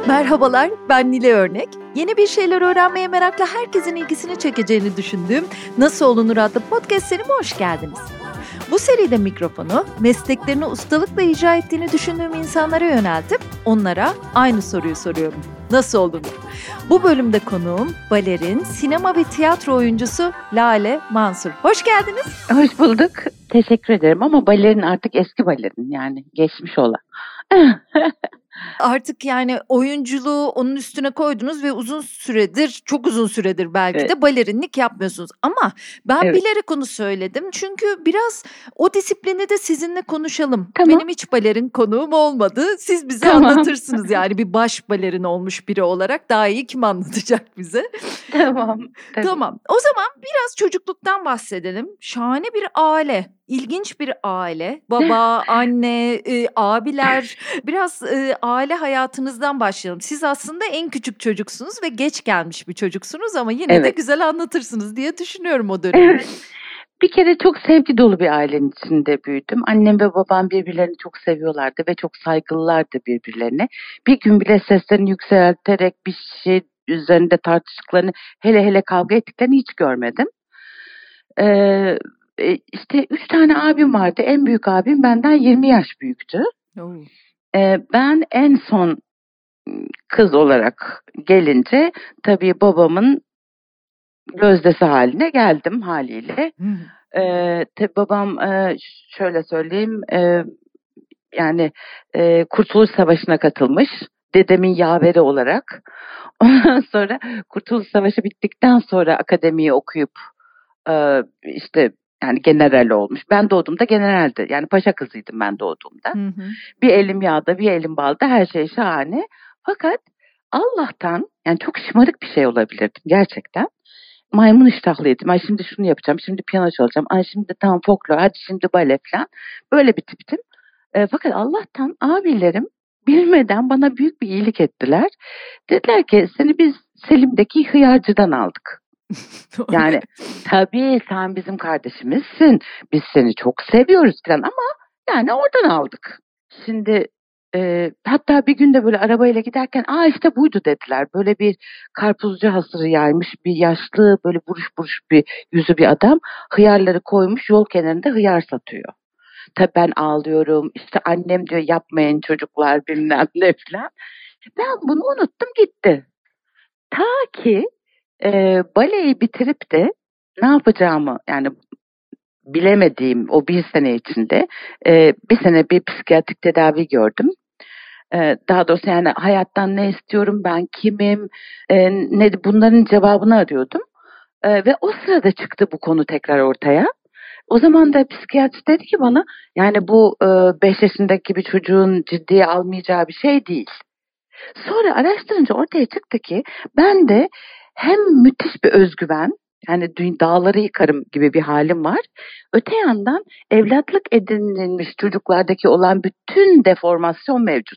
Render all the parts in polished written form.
Merhabalar, ben Nile Örnek. Yeni bir şeyler öğrenmeye merakla herkesin ilgisini çekeceğini düşündüğüm Nasıl Olunur adlı podcast serime hoş geldiniz. Bu seride mikrofonu mesleklerini ustalıkla icra ettiğini düşündüğüm insanlara yöneltip onlara aynı soruyu soruyorum. Nasıl olunur? Bu bölümde konuğum balerin, sinema ve tiyatro oyuncusu Lale Mansur. Hoş geldiniz. Hoş bulduk. Teşekkür ederim ama balerin artık eski balerin, yani geçmiş olan. Artık yani oyunculuğu onun üstüne koydunuz ve çok uzun süredir belki Evet. de balerinlik yapmıyorsunuz. Ama ben Evet. bilerek onu söyledim çünkü biraz o disiplini de sizinle konuşalım. Tamam. Benim hiç balerin konuğum olmadı. Siz bize Tamam. anlatırsınız yani bir baş balerin olmuş biri olarak daha iyi kim anlatacak bize? Tamam. Tabii. Tamam. O zaman biraz çocukluktan bahsedelim. Şahane bir aile, ilginç bir aile. Baba, anne, abiler. Biraz aile hayatınızdan başlayalım. Siz aslında en küçük çocuksunuz ve geç gelmiş bir çocuksunuz ama yine de Evet. güzel anlatırsınız diye düşünüyorum o dönemi. Evet. Bir kere çok sevgi dolu bir ailenin içinde büyüdüm. Annem ve babam birbirlerini çok seviyorlardı ve çok saygılılardı birbirlerine. Bir gün bile seslerini yükselterek bir şey üzerinde tartıştıklarını, hele kavga ettiklerini hiç görmedim. İşte 3 tane abim vardı. En büyük abim benden 20 yaş büyüktü. Oo. Ben en son kız olarak gelince tabii babamın gözdesi haline geldim haliyle. Tabii babam şöyle söyleyeyim, yani Kurtuluş Savaşı'na katılmış. Dedemin yaveri olarak. Ondan sonra Kurtuluş Savaşı bittikten sonra akademiyi okuyup işte yani general olmuş. Ben doğduğumda generaldi. Yani paşa kızıydım ben doğduğumda. Bir elim yağda, bir elim balda, her şey şahane. Fakat Allah'tan, yani çok şımarık bir şey olabilirdim gerçekten. Maymun iştahlıydım. Ay şimdi şunu yapacağım, şimdi piyano çalacağım. Ay şimdi tamam folklor, hadi şimdi bale falan. Böyle bir tiptim. Fakat Allah'tan abilerim bilmeden bana büyük bir iyilik ettiler. Dediler ki seni biz Selim'deki hıyarcıdan aldık. Yani tabii sen bizim kardeşimizsin. Biz seni çok seviyoruz falan ama yani oradan aldık. Şimdi hatta bir gün de böyle arabayla giderken işte buydu dediler. Böyle bir karpuzcu hasırı yaymış bir yaşlı, böyle buruş buruş bir yüzü bir adam. Hıyarları koymuş, yol kenarında hıyar satıyor. Tabii ben ağlıyorum. İşte annem diyor yapmayın çocuklar bilmem ne falan. Ben bunu unuttum gitti. Ta ki baleyi bitirip de ne yapacağımı yani bilemediğim o bir sene içinde bir sene bir psikiyatrik tedavi gördüm. Daha doğrusu yani hayattan ne istiyorum, ben kimim, bunların cevabını arıyordum. Ve o sırada çıktı bu konu tekrar ortaya. O zaman da psikiyatrist dedi ki bana, yani bu 5 yaşındaki bir çocuğun ciddiye almayacağı bir şey değil. Sonra araştırınca ortaya çıktı ki ben de hem müthiş bir özgüven, yani dağları yıkarım gibi bir halim var. Öte yandan evlatlık edinilmiş çocuklardaki olan bütün deformasyon mevcut.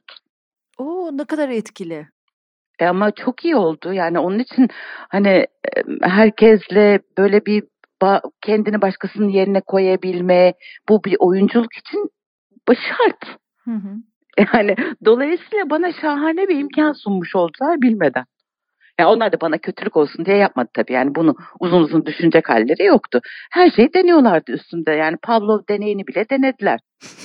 Ne kadar etkili. Ama çok iyi oldu. Yani onun için hani herkesle böyle bir kendini başkasının yerine koyabilme, bu bir oyunculuk için şart. Yani dolayısıyla bana şahane bir imkan sunmuş oldular bilmeden. Yani onlar da bana kötülük olsun diye yapmadı tabii. Yani bunu uzun düşünecek halleri yoktu. Her şeyi deniyorlardı üstümde. Yani Pavlov deneyini bile denediler.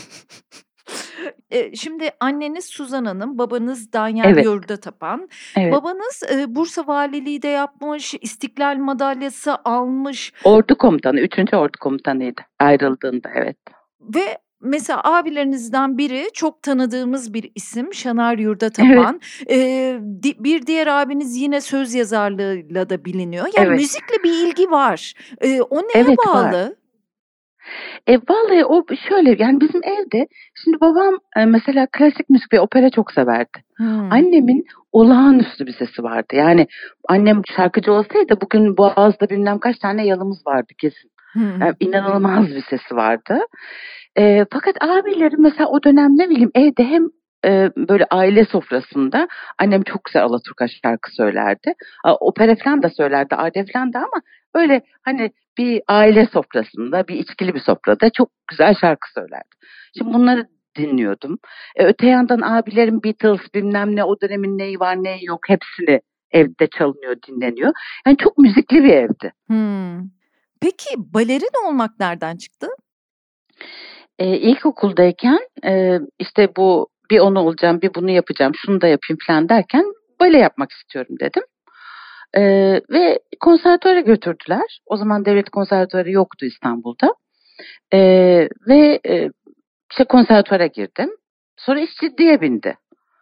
Şimdi anneniz Suzan Hanım, babanız Danyal Evet. Yurdatapan. Evet. Babanız Bursa Valiliği de yapmış, İstiklal Madalyası almış. Ordu komutanı, 3. Ordu komutanıydı ayrıldığında, evet. Ve mesela abilerinizden biri çok tanıdığımız bir isim, Şanar Yurdatapan. Evet. Bir diğer abiniz yine söz yazarlığıyla da biliniyor. Yani Evet. müzikle bir ilgi var. O neye Evet, bağlı? var. Vallahi o şöyle, yani bizim evde şimdi babam mesela klasik müzik ve opera çok severdi. Annemin olağanüstü bir sesi vardı. Yani annem şarkıcı olsaydı bugün Boğaz'da bilmem kaç tane yalımız vardı kesin. Yani inanılmaz bir sesi vardı. Fakat abilerim mesela o dönem ne bileyim evde hem böyle aile sofrasında annem çok güzel Alaturka şarkı söylerdi. Opera falan da söylerdi, arde falan da, ama öyle hani bir aile sofrasında, bir içkili bir sofrada çok güzel şarkı söylerdi. Şimdi bunları dinliyordum. Öte yandan abilerim Beatles bilmem ne, o dönemin neyi var neyi yok hepsini evde çalınıyor, dinleniyor. Yani çok müzikli bir evdi. Peki balerin olmak nereden çıktı? İlkokuldayken işte bu bir onu olacağım, bir bunu yapacağım, şunu da yapayım falan derken bale yapmak istiyorum dedim. Ve konservatuvara götürdüler. O zaman devlet konservatuvarı yoktu İstanbul'da. Ve işte konservatuvara girdim. Sonra iş ciddiye bindi.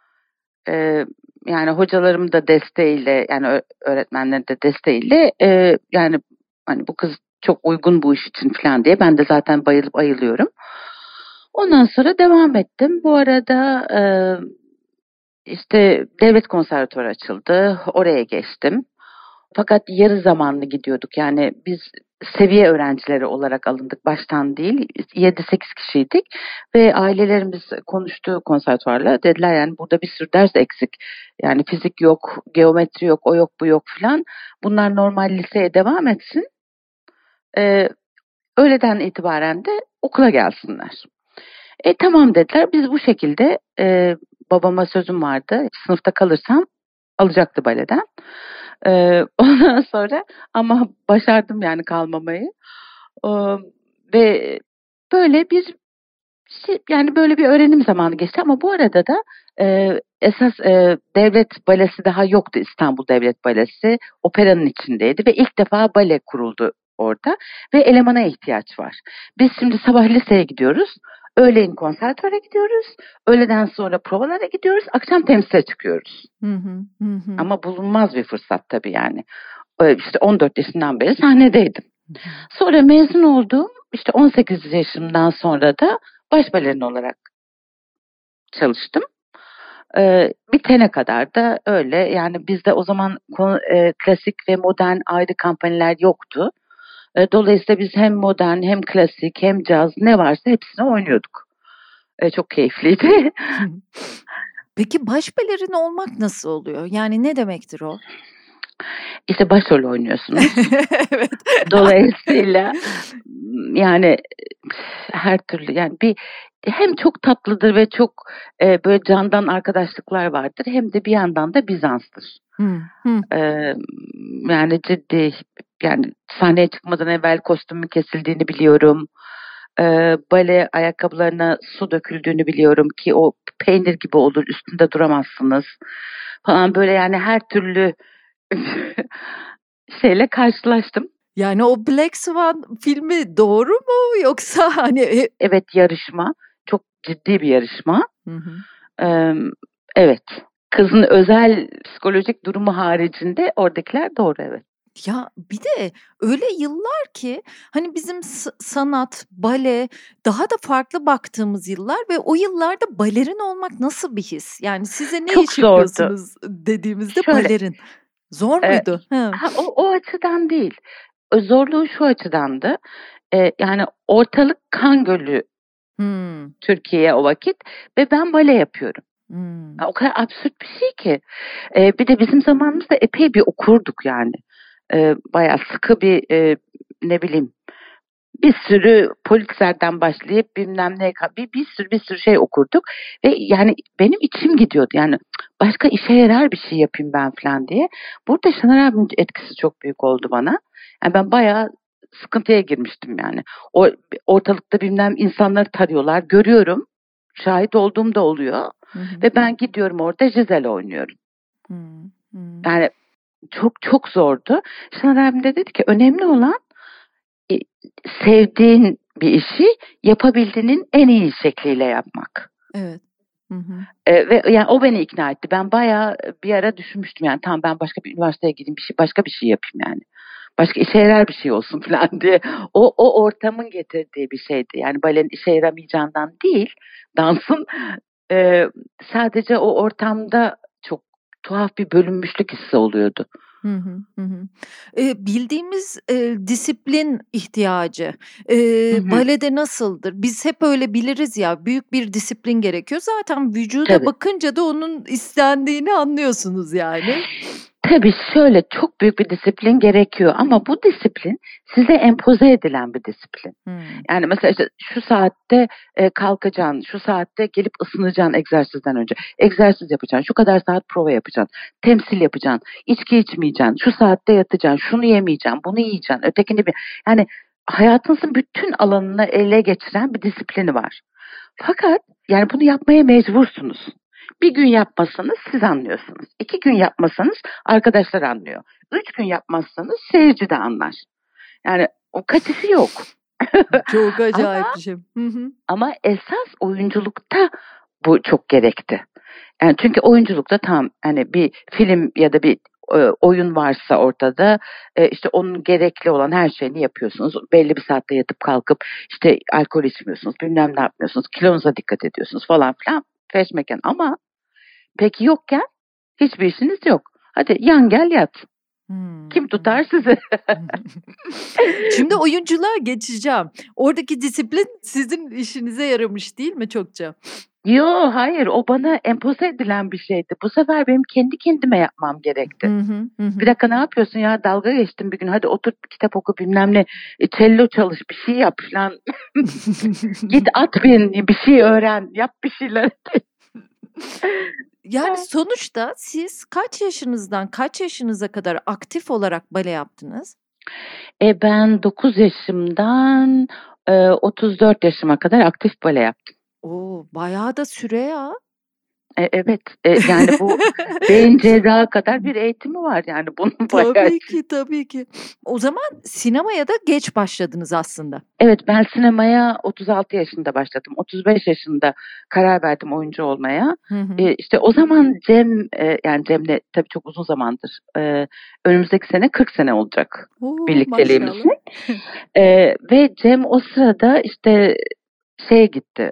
Yani hocalarım da desteğiyle, yani öğretmenlerin de desteğiyle yani hani bu kız çok uygun bu iş için falan diye, ben de zaten bayılıp ayılıyorum. Ondan sonra devam ettim. Bu arada işte devlet konservatuvarı açıldı. Oraya geçtim. Fakat yarı zamanlı gidiyorduk. Yani biz seviye öğrencileri olarak alındık, baştan değil. 7-8 kişiydik ve ailelerimiz konuştu konservatuvarla. Dediler yani burada bir sürü ders eksik. Yani fizik yok, geometri yok, o yok, bu yok falan. Bunlar normal liseye devam etsin. Öğleden itibaren de okula gelsinler. Tamam dediler. Biz bu şekilde, babama sözüm vardı. Sınıfta kalırsam alacaktı baleden. Ondan sonra ama başardım yani kalmamayı. Ve böyle bir yani böyle bir öğrenim zamanı geçti ama bu arada da esas devlet balesi daha yoktu, İstanbul Devlet Balesi. Operanın içindeydi ve ilk defa bale kuruldu orada ve elemana ihtiyaç var. Biz şimdi sabah liseye gidiyoruz. Öğleyin konservatuvara gidiyoruz. Öğleden sonra provalara gidiyoruz. Akşam temsile çıkıyoruz. Ama bulunmaz bir fırsat tabii yani. İşte 14 yaşından beri sahnedeydim. Sonra mezun oldum. İşte 18 yaşımdan sonra da baş balerin olarak çalıştım. Bitene kadar da öyle. Yani bizde o zaman klasik ve modern ayrı kampanyalar yoktu. Dolayısıyla biz hem modern hem klasik hem caz ne varsa hepsini oynuyorduk. Çok keyifliydi. Peki baş balerin olmak nasıl oluyor? Yani ne demektir o? İşte başrol oynuyorsunuz. Evet. Dolayısıyla yani her türlü yani hem çok tatlıdır ve çok böyle candan arkadaşlıklar vardır, hem de bir yandan da Bizans'tır. Yani ciddi, yani sahneye çıkmadan evvel kostümün kesildiğini biliyorum. Bale ayakkabılarına su döküldüğünü biliyorum ki o peynir gibi olur, üstünde duramazsınız falan, böyle yani her türlü şeyle karşılaştım. Yani o Black Swan filmi doğru mu yoksa hani? Evet, yarışma. Çok ciddi bir yarışma. Evet. Kızın özel psikolojik durumu haricinde oradakiler doğru, evet. Ya bir de öyle yıllar ki hani bizim sanat, bale daha da farklı baktığımız yıllar ve o yıllarda balerin olmak nasıl bir his? Yani size ne Çok iş zordu. yapıyorsunuz dediğimizde balerin. Zor muydu? O açıdan değil. Zorluğu şu açıdandı. Yani ortalık kan gölü Türkiye o vakit ve ben bale yapıyorum. O kadar absürt bir şey ki. Bir de bizim zamanımızda epey bir okurduk yani. Bayağı sıkı bir ne bileyim, bir sürü Pulitzer'den başlayıp bilmem ne, bir sürü şey okurduk ve yani benim içim gidiyordu yani, başka işe yarar bir şey yapayım ben falan diye. Burada Şener abinin etkisi çok büyük oldu bana. Yani ben bayağı sıkıntıya girmiştim yani. Ortalıkta bilmem insanları tarıyorlar, görüyorum. Şahit olduğum da oluyor. Ve ben gidiyorum orada Giselle oynuyorum. Yani çok çok zordu. Şener abim de dedi ki önemli olan sevdiğin bir işi yapabildiğinin en iyi şekliyle yapmak. Evet. Ve yani o beni ikna etti. Ben bayağı bir ara düşünmüştüm yani, tamam ben başka bir üniversiteye gideyim, başka bir şey yapayım yani. Başka işe yarar bir şey olsun falan diye. O ortamın getirdiği bir şeydi. Yani balenin işe yaramayacağından değil, dansın sadece o ortamda çok tuhaf bir bölünmüşlük hissi oluyordu. Bildiğimiz disiplin ihtiyacı balede nasıldır? Biz hep öyle biliriz ya, büyük bir disiplin gerekiyor. Zaten vücuda bakınca da onun istendiğini anlıyorsunuz yani. Tabii şöyle çok büyük bir disiplin gerekiyor ama bu disiplin size empoze edilen bir disiplin. Yani mesela işte şu saatte kalkacaksın, şu saatte gelip ısınacaksın egzersizden önce. Egzersiz yapacaksın, şu kadar saat prova yapacaksın, temsil yapacaksın, içki içmeyeceksin, şu saatte yatacaksın, şunu yemeyeceksin, bunu yiyeceksin, ötekini bir... Yani hayatınızın bütün alanını ele geçiren bir disiplini var. Fakat yani bunu yapmaya mecbursunuz. Bir gün yapmasanız siz anlıyorsunuz. 2 gün yapmasanız arkadaşlar anlıyor. 3 gün yapmazsanız seyirci de anlar. Yani o kaçışı yok. Çok acayip bir şey. Ama esas oyunculukta bu çok gerekti. Yani çünkü oyunculukta tam hani bir film ya da bir oyun varsa ortada işte onun gerekli olan her şeyini yapıyorsunuz. Belli bir saatte yatıp kalkıp işte alkol içmiyorsunuz, bilmem ne yapmıyorsunuz, kilonuza dikkat ediyorsunuz falan filan. Feşmeken ama peki yokken hiçbir işiniz yok. Hadi yan gel yat. Kim tutar sizi? Şimdi oyunculuğa geçeceğim. Oradaki disiplin sizin işinize yaramış değil mi çokça? Yo hayır o bana empoze edilen bir şeydi. Bu sefer benim kendi kendime yapmam gerekti. Bir dakika ne yapıyorsun ya dalga geçtim bir gün hadi otur kitap oku bilmem ne cello çalış bir şey yap falan. Git at bin bir şey öğren yap bir şeyler. Yani sonuçta siz kaç yaşınızdan kaç yaşınıza kadar aktif olarak bale yaptınız? Ben 9 yaşımdan 34 yaşıma kadar aktif bale yaptım. Oo, bayağı da süre ya. Evet yani bu beyin cerrahı kadar bir eğitimi var yani bunun bayağı. Tabii ki. O zaman sinemaya da geç başladınız aslında. Evet ben sinemaya 36 yaşında başladım. 35 yaşında karar verdim oyuncu olmaya. İşte o zaman Cem yani Cem'le tabii çok uzun zamandır önümüzdeki sene 40 sene olacak birlikteliğimiz. Ve Cem o sırada işte gitti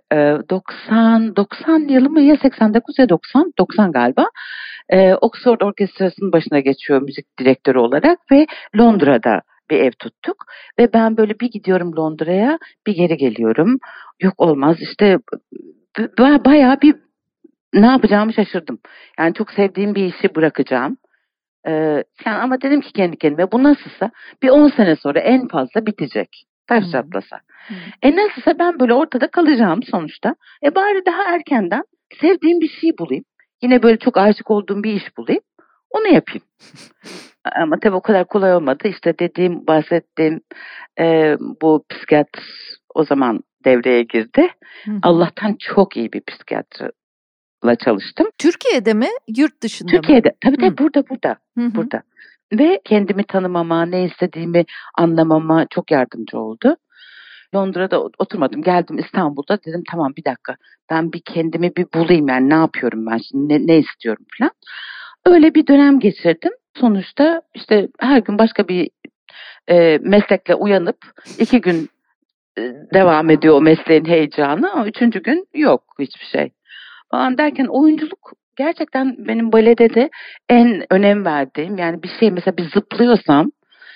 90 yılı mı ya 89 ya 90 galiba Oxford Orkestrası'nın başına geçiyor müzik direktörü olarak ve Londra'da bir ev tuttuk ve ben böyle bir gidiyorum Londra'ya bir geri geliyorum yok olmaz işte bayağı bir ne yapacağımı şaşırdım yani çok sevdiğim bir işi bırakacağım yani ama dedim ki kendi kendime bu nasılsa bir 10 sene sonra en fazla bitecek taş çatlasa. Nasılsa ben böyle ortada kalacağım sonuçta. Bari daha erkenden sevdiğim bir şey bulayım. Yine böyle çok aşık olduğum bir iş bulayım. Onu yapayım. Ama tabii o kadar kolay olmadı. İşte bahsettiğim bu psikiyatr o zaman devreye girdi. Allah'tan çok iyi bir psikiyatrla çalıştım. Türkiye'de mi? Yurt dışında Türkiye'de. mı? Tabii burada. Ve kendimi tanımama, ne istediğimi anlamama çok yardımcı oldu. Londra'da oturmadım. Geldim İstanbul'da dedim tamam bir dakika. Ben bir kendimi bir bulayım yani ne yapıyorum ben şimdi ne istiyorum falan. Öyle bir dönem geçirdim. Sonuçta işte her gün başka bir meslekle uyanıp 2 gün devam ediyor o mesleğin heyecanı ama 3. gün yok hiçbir şey. Falan derken oyunculuk gerçekten benim balede de en önem verdiğim yani bir şey mesela bir zıplıyorsam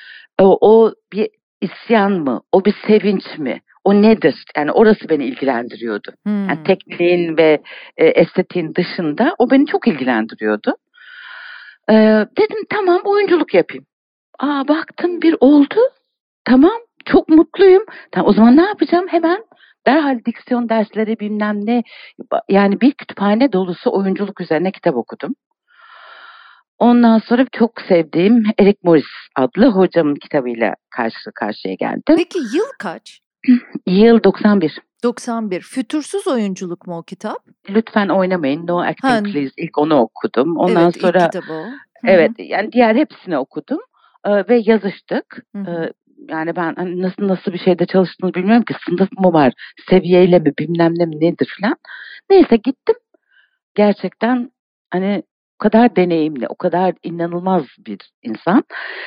o bir isyan mı? O bir sevinç mi? O nedir? Yani orası beni ilgilendiriyordu. Yani tekniğin ve estetiğin dışında o beni çok ilgilendiriyordu. Dedim tamam oyunculuk yapayım. Baktım bir oldu. Tamam çok mutluyum. Tamam, o zaman ne yapacağım? Hemen derhal diksiyon dersleri bilmem ne. Yani bir kütüphane dolusu oyunculuk üzerine kitap okudum. Ondan sonra çok sevdiğim Eric Morris adlı hocamın kitabıyla karşı karşıya geldim. Peki yıl kaç? Yıl 91. 91. Fütursuz oyunculuk mu o kitap? Lütfen oynamayın. No Acting Please. İlk onu okudum. Ondan evet, sonra ilk kitabı o. Evet yani diğer hepsini okudum ve yazıştık. Yani ben hani nasıl bir şeyde çalıştığını bilmiyorum ki sınıf mı var, seviyeyle mi bilmem ne mi nedir falan. Neyse gittim. Gerçekten hani o kadar deneyimli, o kadar inanılmaz bir insan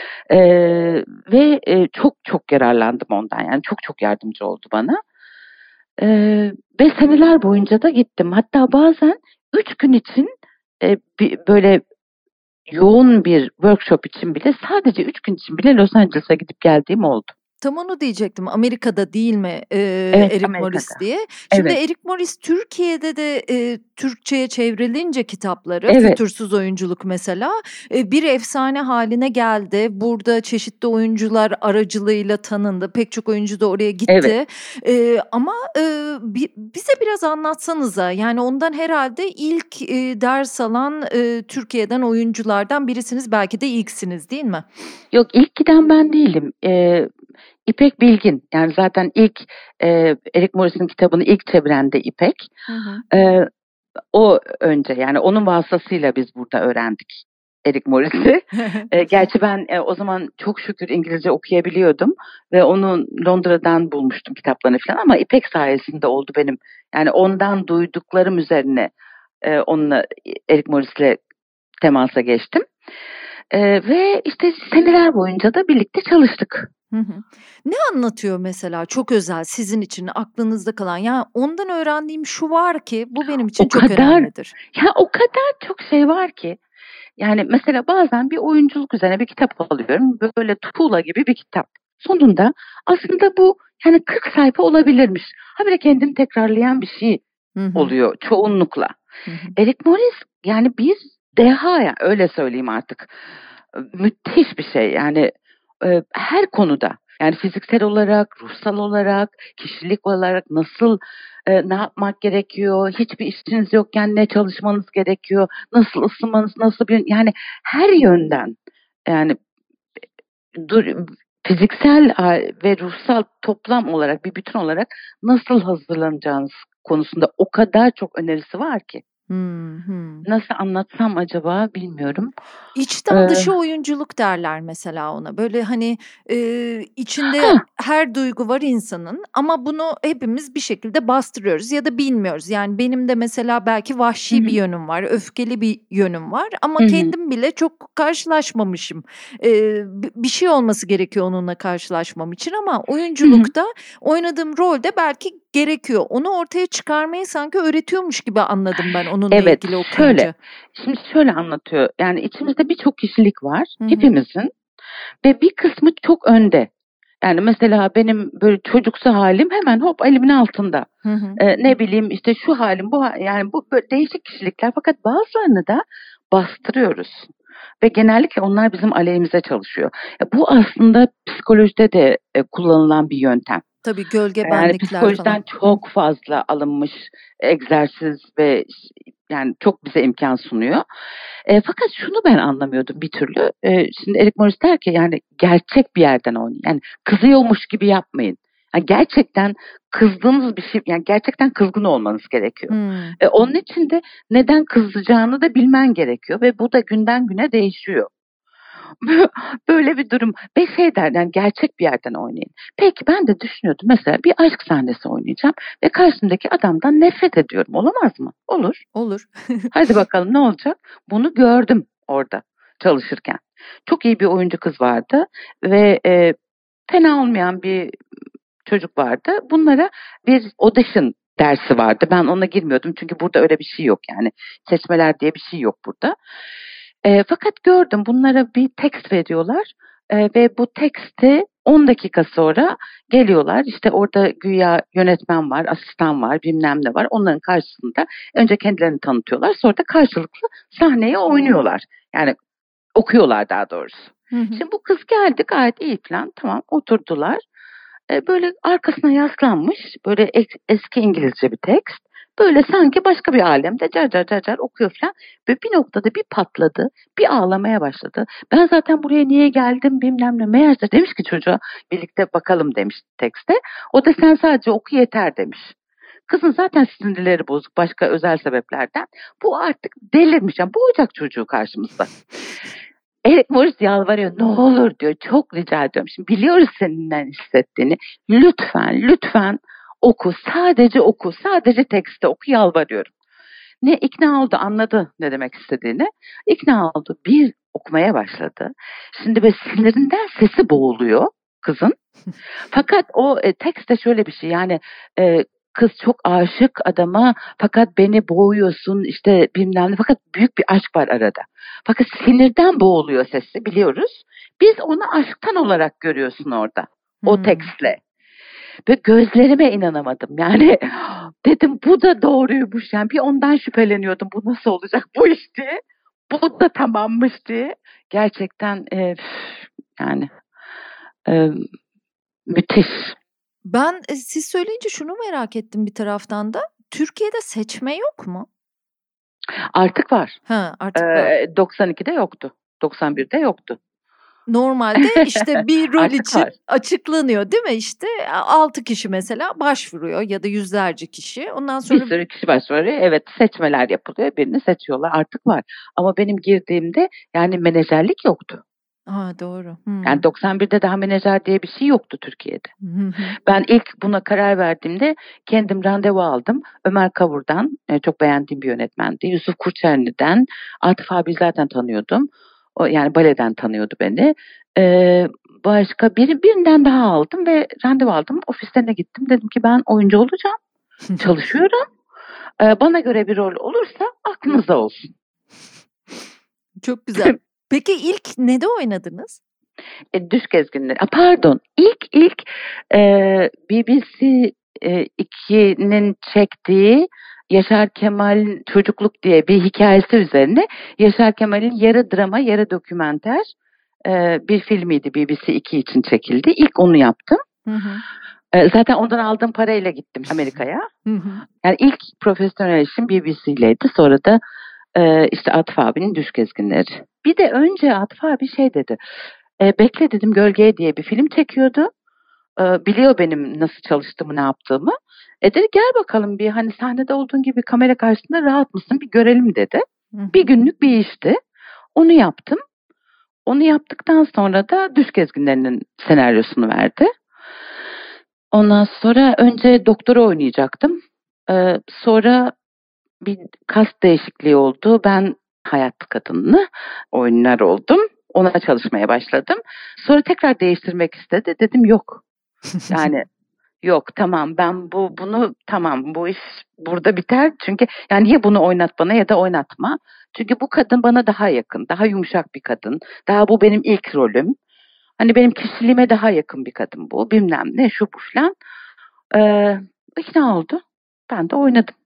ve çok yararlandım ondan yani çok yardımcı oldu bana ve seneler boyunca da gittim. Hatta bazen 3 gün için böyle yoğun bir workshop için bile sadece 3 gün için bile Los Angeles'a gidip geldiğim oldu. Tam onu diyecektim. Amerika'da değil mi Evet, Eric Amerika'da. Morris diye? Şimdi Evet. Eric Morris Türkiye'de de Türkçe'ye çevrilince kitapları, Evet. Fütursuz Oyunculuk mesela bir efsane haline geldi. Burada çeşitli oyuncular aracılığıyla tanındı. Pek çok oyuncu da oraya gitti. Ama bize biraz anlatsanıza. Yani ondan herhalde ilk ders alan Türkiye'den oyunculardan birisiniz. Belki de ilksiniz değil mi? Yok, ilk giden ben değilim. İpek Bilgin, yani zaten ilk Eric Morris'in kitabını ilk çeviren de İpek. O önce, yani onun vasıtasıyla biz burada öğrendik Eric Morris'i. Gerçi ben o zaman çok şükür İngilizce okuyabiliyordum ve onu Londra'dan bulmuştum kitaplarını falan, ama İpek sayesinde oldu benim. Yani ondan duyduklarım üzerine onunla, Eric Morris'le temasa geçtim. Ve işte seneler boyunca da birlikte çalıştık. Ne anlatıyor mesela çok özel sizin için aklınızda kalan? Ya ondan öğrendiğim şu var ki bu benim için çok önemlidir. Ya o kadar çok şey var ki. Yani mesela bazen bir oyunculuk üzerine bir kitap alıyorum. Böyle tuğla gibi bir kitap. Sonunda aslında bu yani 40 sayfa olabilirmiş. Habire kendini tekrarlayan bir şey oluyor çoğunlukla. Eric Morris yani bir deha, ya öyle söyleyeyim artık. Müthiş bir şey yani her konuda. Yani fiziksel olarak, ruhsal olarak, kişilik olarak nasıl ne yapmak gerekiyor, hiçbir işiniz yokken ne çalışmanız gerekiyor, nasıl ısınmanız, nasıl bir, yani her yönden, yani fiziksel ve ruhsal toplam olarak, bir bütün olarak nasıl hazırlanacağınız konusunda o kadar çok önerisi var ki. Nasıl anlatsam acaba bilmiyorum. İçten dışı oyunculuk derler mesela ona. Böyle hani içinde her duygu var insanın ama bunu hepimiz bir şekilde bastırıyoruz ya da bilmiyoruz. Yani benim de mesela belki vahşi bir yönüm var, öfkeli bir yönüm var ama kendim bile çok karşılaşmamışım. Bir şey olması gerekiyor onunla karşılaşmam için ama oyunculukta oynadığım rolde belki gerekiyor. Onu ortaya çıkarmayı sanki öğretiyormuş gibi anladım ben onunla ilgili okuyunca. Şimdi şöyle anlatıyor. Yani içimizde birçok kişilik var hepimizin ve bir kısmı çok önde. Yani mesela benim böyle çocuksu halim hemen hop elimin altında. Ne bileyim işte şu halim, bu yani bu böyle değişik kişilikler, fakat bazılarını da bastırıyoruz. Ve genellikle onlar bizim aleyhimize çalışıyor. Bu aslında psikolojide de kullanılan bir yöntem. Tabii gölge benlikler yani psikolojiden falan. çok fazla alınmış egzersiz ve yani çok bize imkan sunuyor. Fakat şunu ben anlamıyordum bir türlü. Şimdi Eric Morris der ki yani gerçek bir yerden oynayın. Yani kızıyormuş gibi yapmayın. Yani gerçekten kızdığınız bir şey, yani gerçekten kızgın olmanız gerekiyor. Onun için de neden kızacağını da bilmen gerekiyor ve bu da günden güne değişiyor. Böyle bir durum. Ve şey der, yani gerçek bir yerden oynayın. Peki ben de düşünüyordum, mesela bir aşk sahnesi oynayacağım ve karşımdaki adamdan nefret ediyorum. Olamaz mı? Olur. Olur. Hadi bakalım ne olacak? Bunu gördüm orada çalışırken. Çok iyi bir oyuncu kız vardı ve fena olmayan bir çocuk vardı. Bunlara bir audition dersi vardı. Ben ona girmiyordum çünkü burada öyle bir şey yok yani. Seçmeler diye bir şey yok burada. Fakat gördüm, bunlara bir tekst veriyorlar ve bu teksti 10 dakika sonra geliyorlar. İşte orada güya yönetmen var, asistan var, bilmem ne var. Onların karşısında önce kendilerini tanıtıyorlar. Sonra da karşılıklı sahneye oynuyorlar. Yani okuyorlar daha doğrusu. Şimdi bu kız geldi, gayet iyi falan, tamam, oturdular. Böyle arkasına yaslanmış, böyle eski İngilizce bir tekst. Böyle sanki başka bir alemde car car car car okuyor falan. Ve bir noktada bir patladı. Bir ağlamaya başladı. Ben zaten buraya niye geldim bilmem ne. Meğerse demiş ki çocuğa, birlikte bakalım demiş tekste. O da sen sadece oku yeter demiş. Kızın zaten sinirleri bozuk başka özel sebeplerden. Bu artık delirmiş. Yani boğacak çocuğu karşımızda. Eric Morris yalvarıyor. Ne olur diyor. Çok rica ediyorum. Şimdi biliyoruz senin ne hissettiğini. Lütfen oku. Sadece oku. Sadece tekste oku, yalvarıyorum. Ne ikna oldu, anladı ne demek istediğini. İkna oldu. Bir okumaya başladı. Şimdi böyle sinirinden sesi boğuluyor kızın. Fakat o tekste şöyle bir şey, yani kız çok aşık adama fakat beni boğuyorsun işte bilmem ne, fakat büyük bir aşk var arada. Fakat sinirden boğuluyor sesi, biliyoruz. Biz onu aşktan olarak görüyorsun orada. O tekstle. Ve gözlerime inanamadım. Yani dedim bu da doğruymuş. Yani bir ondan şüpheleniyordum. Bu nasıl olacak bu iş diye. Bu da tamammış diye. Gerçekten yani müthiş. Ben siz söyleyince şunu merak ettim bir taraftan da. Türkiye'de seçme yok mu? Artık var. Artık var. 92'de yoktu. 91'de yoktu. Normalde işte bir rol için var. açıklanıyor değil mi? İşte 6 kişi mesela başvuruyor ya da yüzlerce kişi. Ondan sonra bir sürü kişi başvuruyor. Evet, seçmeler yapılıyor. Birini seçiyorlar. Artık var. Ama benim girdiğimde yani menajerlik yoktu. Doğru. Yani 91'de daha menajer diye bir şey yoktu Türkiye'de. Ben ilk buna karar verdiğimde kendim randevu aldım. Ömer Kavur'dan, çok beğendiğim bir yönetmendi. Yusuf Kurçerni'den, Atıf abi zaten tanıyordum. O yani baleden tanıyordu beni. Başka birinden daha aldım ve randevu aldım. Ofislerine gittim. Dedim ki ben oyuncu olacağım. Çalışıyorum. Bana göre bir rol olursa aklınızda olsun. Çok güzel. Peki ilk ne oynadınız? Düş Gezginleri. Pardon. İlk BBC 2'nin çektiği Yaşar Kemal'in Çocukluk diye bir hikayesi üzerine Yaşar Kemal'in yarı drama yarı dokümenter bir filmiydi, BBC 2 için çekildi. İlk onu yaptım. Zaten ondan aldığım parayla gittim Amerika'ya. Yani ilk profesyonel işim BBC'leydi. Sonra da işte Atıf abinin Düş Gezginleri. Bir de önce Atıf abi şey dedi. Bekle dedim, Gölgeye diye bir film çekiyordu. Biliyor benim nasıl çalıştığımı, ne yaptığımı. Dedi gel bakalım bir, hani sahnede olduğun gibi kamera karşısında rahat mısın bir görelim dedi. Bir günlük bir işti. Onu yaptım. Onu yaptıktan sonra da Düş Gezginleri'nin senaryosunu verdi. Ondan sonra önce doktoru oynayacaktım. Sonra bir kast değişikliği oldu. Ben Hayat Kadını'nı oynar oldum. Ona çalışmaya başladım. Sonra tekrar değiştirmek istedi. Dedim yok. Yani yok, tamam, ben bunu tamam, bu iş burada biter. Çünkü yani ya bunu oynat bana ya da oynatma. Çünkü bu kadın bana daha yakın, daha yumuşak bir kadın. Daha bu benim ilk rolüm. Hani benim kişiliğime daha yakın bir kadın bu. Bilmem ne, şu bu falan. İkna oldu. Ben de oynadım.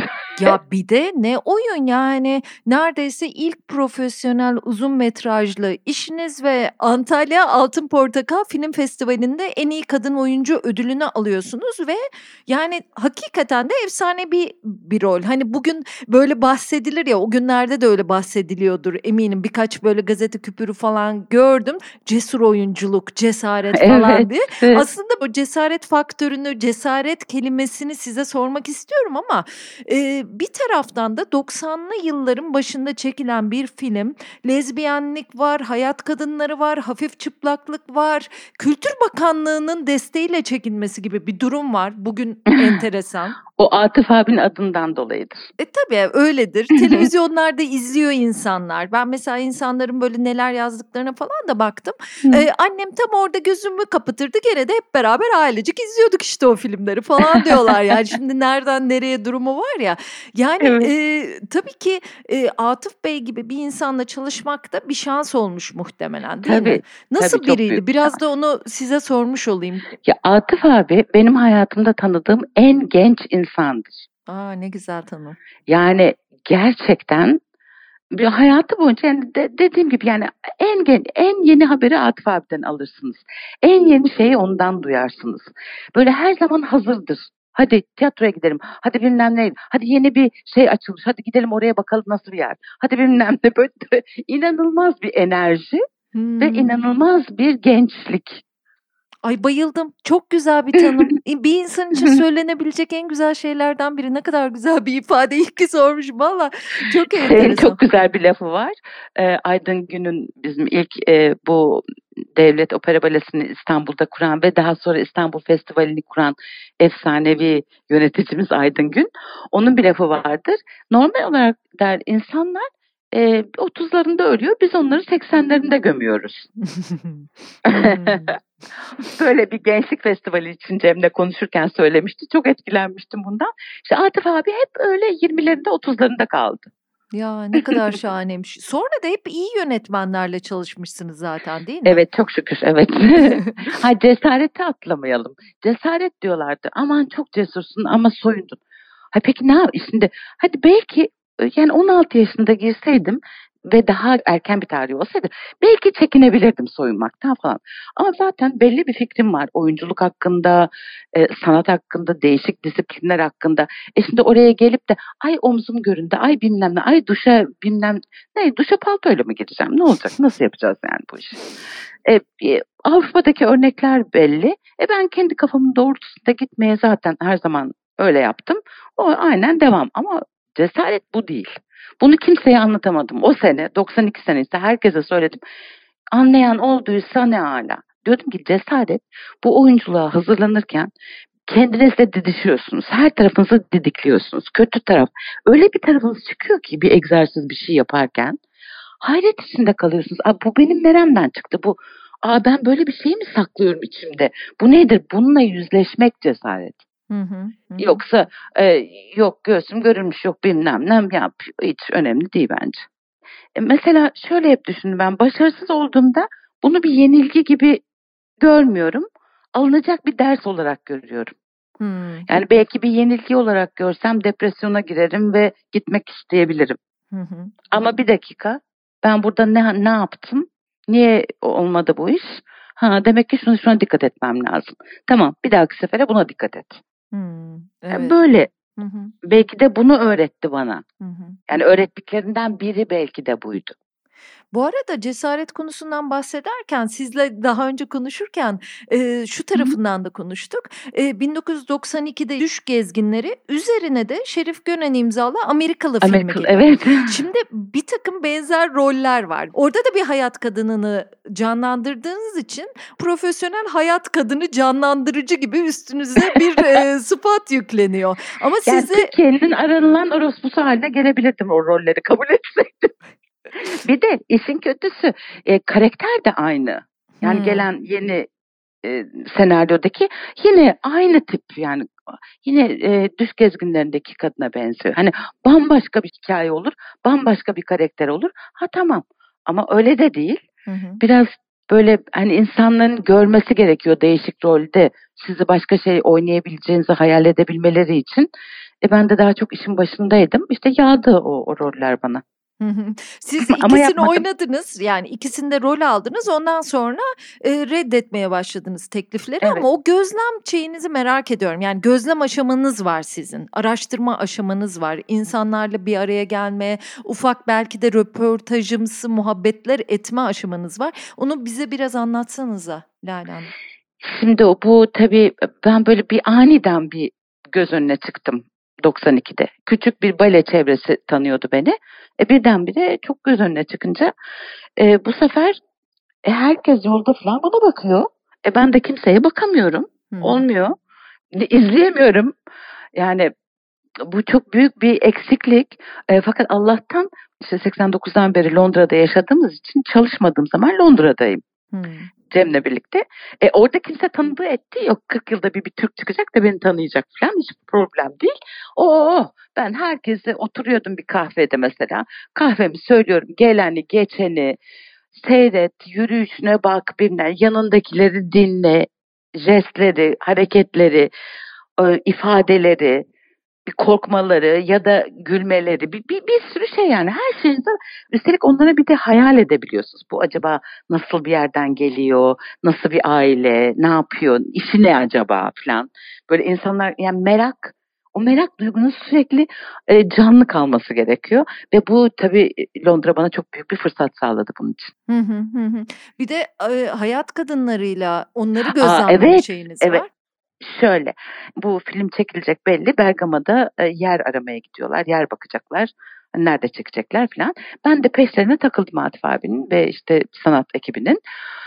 Ya bir de ne oyun yani, neredeyse ilk profesyonel uzun metrajlı işiniz ve Antalya Altın Portakal Film Festivali'nde en iyi kadın oyuncu ödülünü alıyorsunuz ve yani hakikaten de efsane bir rol. Hani bugün böyle bahsedilir ya, o günlerde de öyle bahsediliyordur eminim, birkaç böyle gazete küpürü falan gördüm. Cesur oyunculuk, cesaret falan diye. Evet. Aslında bu cesaret faktörünü, cesaret kelimesini size sormak istiyorum ama bir taraftan da 90'lı yılların başında çekilen bir film. Lezbiyenlik var, hayat kadınları var, hafif çıplaklık var. Kültür Bakanlığı'nın desteğiyle çekilmesi gibi bir durum var. Bugün enteresan. O Atıf abinin adından dolayıdır. Tabii öyledir. Televizyonlarda izliyor insanlar. Ben mesela insanların böyle neler yazdıklarına falan da baktım. Annem tam orada gözümü kapatırdı. Gene de hep beraber ailecik izliyorduk işte o filmleri falan diyorlar. Yani şimdi nereden nereye durumu var ya. Yani evet. Tabii ki Atıf Bey gibi bir insanla çalışmak da bir şans olmuş muhtemelen, değil mi? Nasıl biriydi? Biraz da onu size sormuş olayım. Ya Atıf abi benim hayatımda tanıdığım en genç insandır. Ne güzel tanım. Yani gerçekten bir hayatı boyunca, yani dediğim gibi, yani en yeni haberi Atıf abiden alırsınız. En yeni şeyi ondan duyarsınız. Böyle her zaman hazırdır. Hadi tiyatroya gidelim. Hadi bilmem ne. Hadi yeni bir şey açılmış. Hadi gidelim oraya bakalım nasıl bir yer. Hadi bilmem ne. Böyle inanılmaz bir enerji ve inanılmaz bir gençlik. Ay bayıldım. Çok güzel bir tanım. Bir insan için söylenebilecek en güzel şeylerden biri. Ne kadar güzel bir ifade. İyi ki sormuşum. Valla çok enteresan. Çok güzel bir lafı var. Aydın Gün'ün, bizim ilk bu Devlet Opera Balesi'ni İstanbul'da kuran ve daha sonra İstanbul Festivali'ni kuran efsanevi yöneticimiz Aydın Gün. Onun bir lafı vardır. Normal olarak der insanlar 30'larında ölüyor. Biz onları 80'lerinde gömüyoruz. Böyle bir gençlik festivali için Cem'le konuşurken söylemişti. Çok etkilenmiştim bundan. İşte Atıf abi hep öyle 20'lerinde 30'larında kaldı. Ya ne kadar şahaneymiş. Sonra da hep iyi yönetmenlerle çalışmışsınız zaten, değil mi? Evet, çok şükür, evet. Ha, cesareti atlamayalım. Cesaret diyorlardı. Aman çok cesursun ama soyundun. Ha peki ne yap? Şimdi hadi belki yani 16 yaşında girseydim ve daha erken bir tarih olsaydı belki çekinebilirdim soyunmaktan falan. Ama zaten belli bir fikrim var oyunculuk hakkında, sanat hakkında, değişik disiplinler hakkında. Şimdi oraya gelip de ay omzum göründü, ay bilmem ne, ay duşa bilmem ne, duşa paltoyla mı gireceğim? Ne olacak? Nasıl yapacağız yani bu işi? Avrupa'daki örnekler belli. Ben kendi kafamın doğrultusunda gitmeye zaten her zaman öyle yaptım. O aynen devam ama cesaret bu değil. Bunu kimseye anlatamadım. O sene 92 sene ise herkese söyledim. Anlayan olduysa ne âlâ. Diyordum ki cesaret bu oyunculuğa hazırlanırken kendinizle didişiyorsunuz. Her tarafınızı didikliyorsunuz. Kötü taraf. Öyle bir tarafınız çıkıyor ki bir egzersiz bir şey yaparken hayret içinde kalıyorsunuz. Bu benim neremden çıktı? Ben böyle bir şey mi saklıyorum içimde? Bu nedir? Bununla yüzleşmek cesaret. Hı hı, hı. Yoksa yok göğsüm görülmüş, yok bilmem ne, ya hiç önemli değil bence. Mesela şöyle hep düşündüm, ben başarısız olduğumda bunu bir yenilgi gibi görmüyorum. Alınacak bir ders olarak görüyorum. Yani belki bir yenilgi olarak görsem depresyona girerim ve gitmek isteyebilirim. Ama bir dakika, ben burada ne yaptım? Niye olmadı bu iş? Demek ki şuna dikkat etmem lazım. Tamam, bir dahaki sefere buna dikkat et. Evet. Böyle. Belki de bunu öğretti bana. Yani öğrettiklerinden biri belki de buydu. Bu arada cesaret konusundan bahsederken sizle daha önce konuşurken şu tarafından da konuştuk. 1992'de Düş Gezginleri üzerine de Şerif Gönen imzalı Amerikalı filmi geliyor. Evet. Şimdi bir takım benzer roller var. Orada da bir hayat kadınını canlandırdığınız için profesyonel hayat kadını canlandırıcı gibi üstünüze bir sıfat yükleniyor. Ama yani size... Türkiye'nin aranılan orospusu haline gelebilirdim o rolleri kabul etseydim. Bir de işin kötüsü karakter de aynı. Yani gelen yeni senaryodaki yine aynı tip, yani yine Düş Gezginlerindeki kadına benziyor. Hani bambaşka bir hikaye olur, bambaşka bir karakter olur. Tamam ama öyle de değil. Biraz böyle hani insanların görmesi gerekiyor değişik rolde. Sizi başka şey oynayabileceğinizi hayal edebilmeleri için. Ben de daha çok işin başındaydım. İşte yağdı o roller bana. Siz ikisini oynadınız, yani ikisinde rol aldınız, ondan sonra reddetmeye başladınız teklifleri. Evet. Ama o gözlem şeyinizi merak ediyorum. Yani gözlem aşamanız var sizin, araştırma aşamanız var, insanlarla bir araya gelme, ufak belki de röportajımsı muhabbetler etme aşamanız var. Onu bize biraz anlatsanıza Lale Hanım. Şimdi bu tabii ben böyle bir aniden bir göz önüne çıktım 92'de. Küçük bir bale çevresi tanıyordu beni. Birdenbire çok göz önüne çıkınca bu sefer herkes yolda falan bana bakıyor. Ben de kimseye bakamıyorum. Olmuyor. İzleyemiyorum. Yani bu çok büyük bir eksiklik. Fakat Allah'tan işte 89'dan beri Londra'da yaşadığımız için çalışmadığım zaman Londra'dayım. Cem'le birlikte. Orada kimse tanıdığı ettiği yok. 40 yılda bir Türk çıkacak da beni tanıyacak falan. Hiç problem değil. Ben herkese oturuyordum bir kahvede mesela. Kahvemi söylüyorum. Geleni, geçeni seyret, yürüyüşüne bak, bilmem, yanındakileri dinle, jestleri, hareketleri, ifadeleri, bir korkmaları ya da gülmeleri, bir sürü şey, yani her şeyinizi, üstelik onlara bir de hayal edebiliyorsunuz. Bu acaba nasıl bir yerden geliyor, nasıl bir aile, ne yapıyor, işi ne acaba falan. Böyle insanlar, yani o merak duygunun sürekli canlı kalması gerekiyor ve bu tabii Londra bana çok büyük bir fırsat sağladı bunun için. Bir de hayat kadınlarıyla onları gözlemleme şeyiniz var. Evet. Şöyle, bu film çekilecek belli. Bergama'da yer aramaya gidiyorlar, yer bakacaklar. Nerede çekecekler falan. Ben de peşlerine takıldım Atif abinin ve işte sanat ekibinin.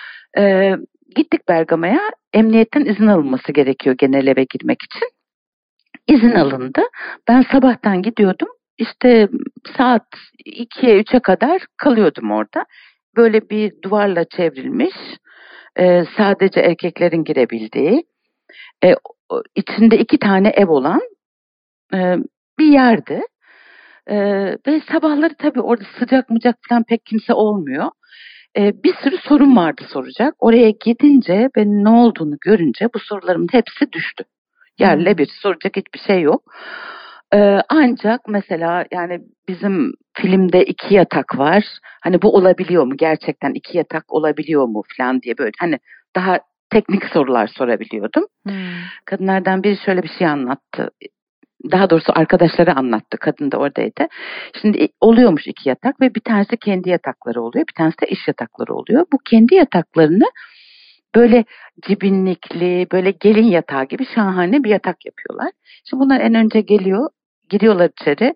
Gittik Bergama'ya. Emniyetten izin alınması gerekiyor genel eve girmek için. İzin alındı. Ben sabahtan gidiyordum. İşte saat 2'ye 3'e kadar kalıyordum orada. Böyle bir duvarla çevrilmiş, sadece erkeklerin girebildiği, içinde 2 tane ev olan bir yerdi. Ve sabahları tabii orada sıcak falan pek kimse olmuyor. Bir sürü sorun vardı soracak. Oraya gidince ve ne olduğunu görünce bu sorularımın hepsi düştü. Yerle bir, soracak hiçbir şey yok. Ancak mesela yani bizim filmde 2 yatak var. Hani bu olabiliyor mu? Gerçekten 2 yatak olabiliyor mu falan diye böyle hani daha teknik sorular sorabiliyordum. Kadınlardan biri şöyle bir şey anlattı. Daha doğrusu arkadaşları anlattı. Kadın da oradaydı. Şimdi oluyormuş 2 yatak ve bir tanesi kendi yatakları oluyor. Bir tanesi de iş yatakları oluyor. Bu kendi yataklarını böyle cibinlikli, böyle gelin yatağı gibi şahane bir yatak yapıyorlar. Şimdi bunlar en önce giriyorlar içeri.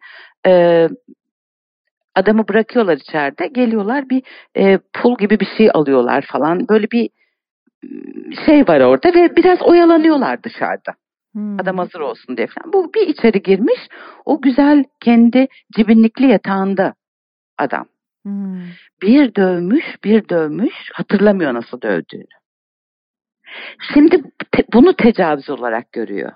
Adamı bırakıyorlar içeride. Geliyorlar bir pul gibi bir şey alıyorlar falan. Böyle bir şey var orada ve biraz oyalanıyorlar dışarıda. Adam hazır olsun diye falan. Bu bir içeri girmiş. O güzel kendi cibinlikli yatağında adam. Bir dövmüş. Hatırlamıyor nasıl dövdüğünü. Şimdi bunu tecavüz olarak görüyor.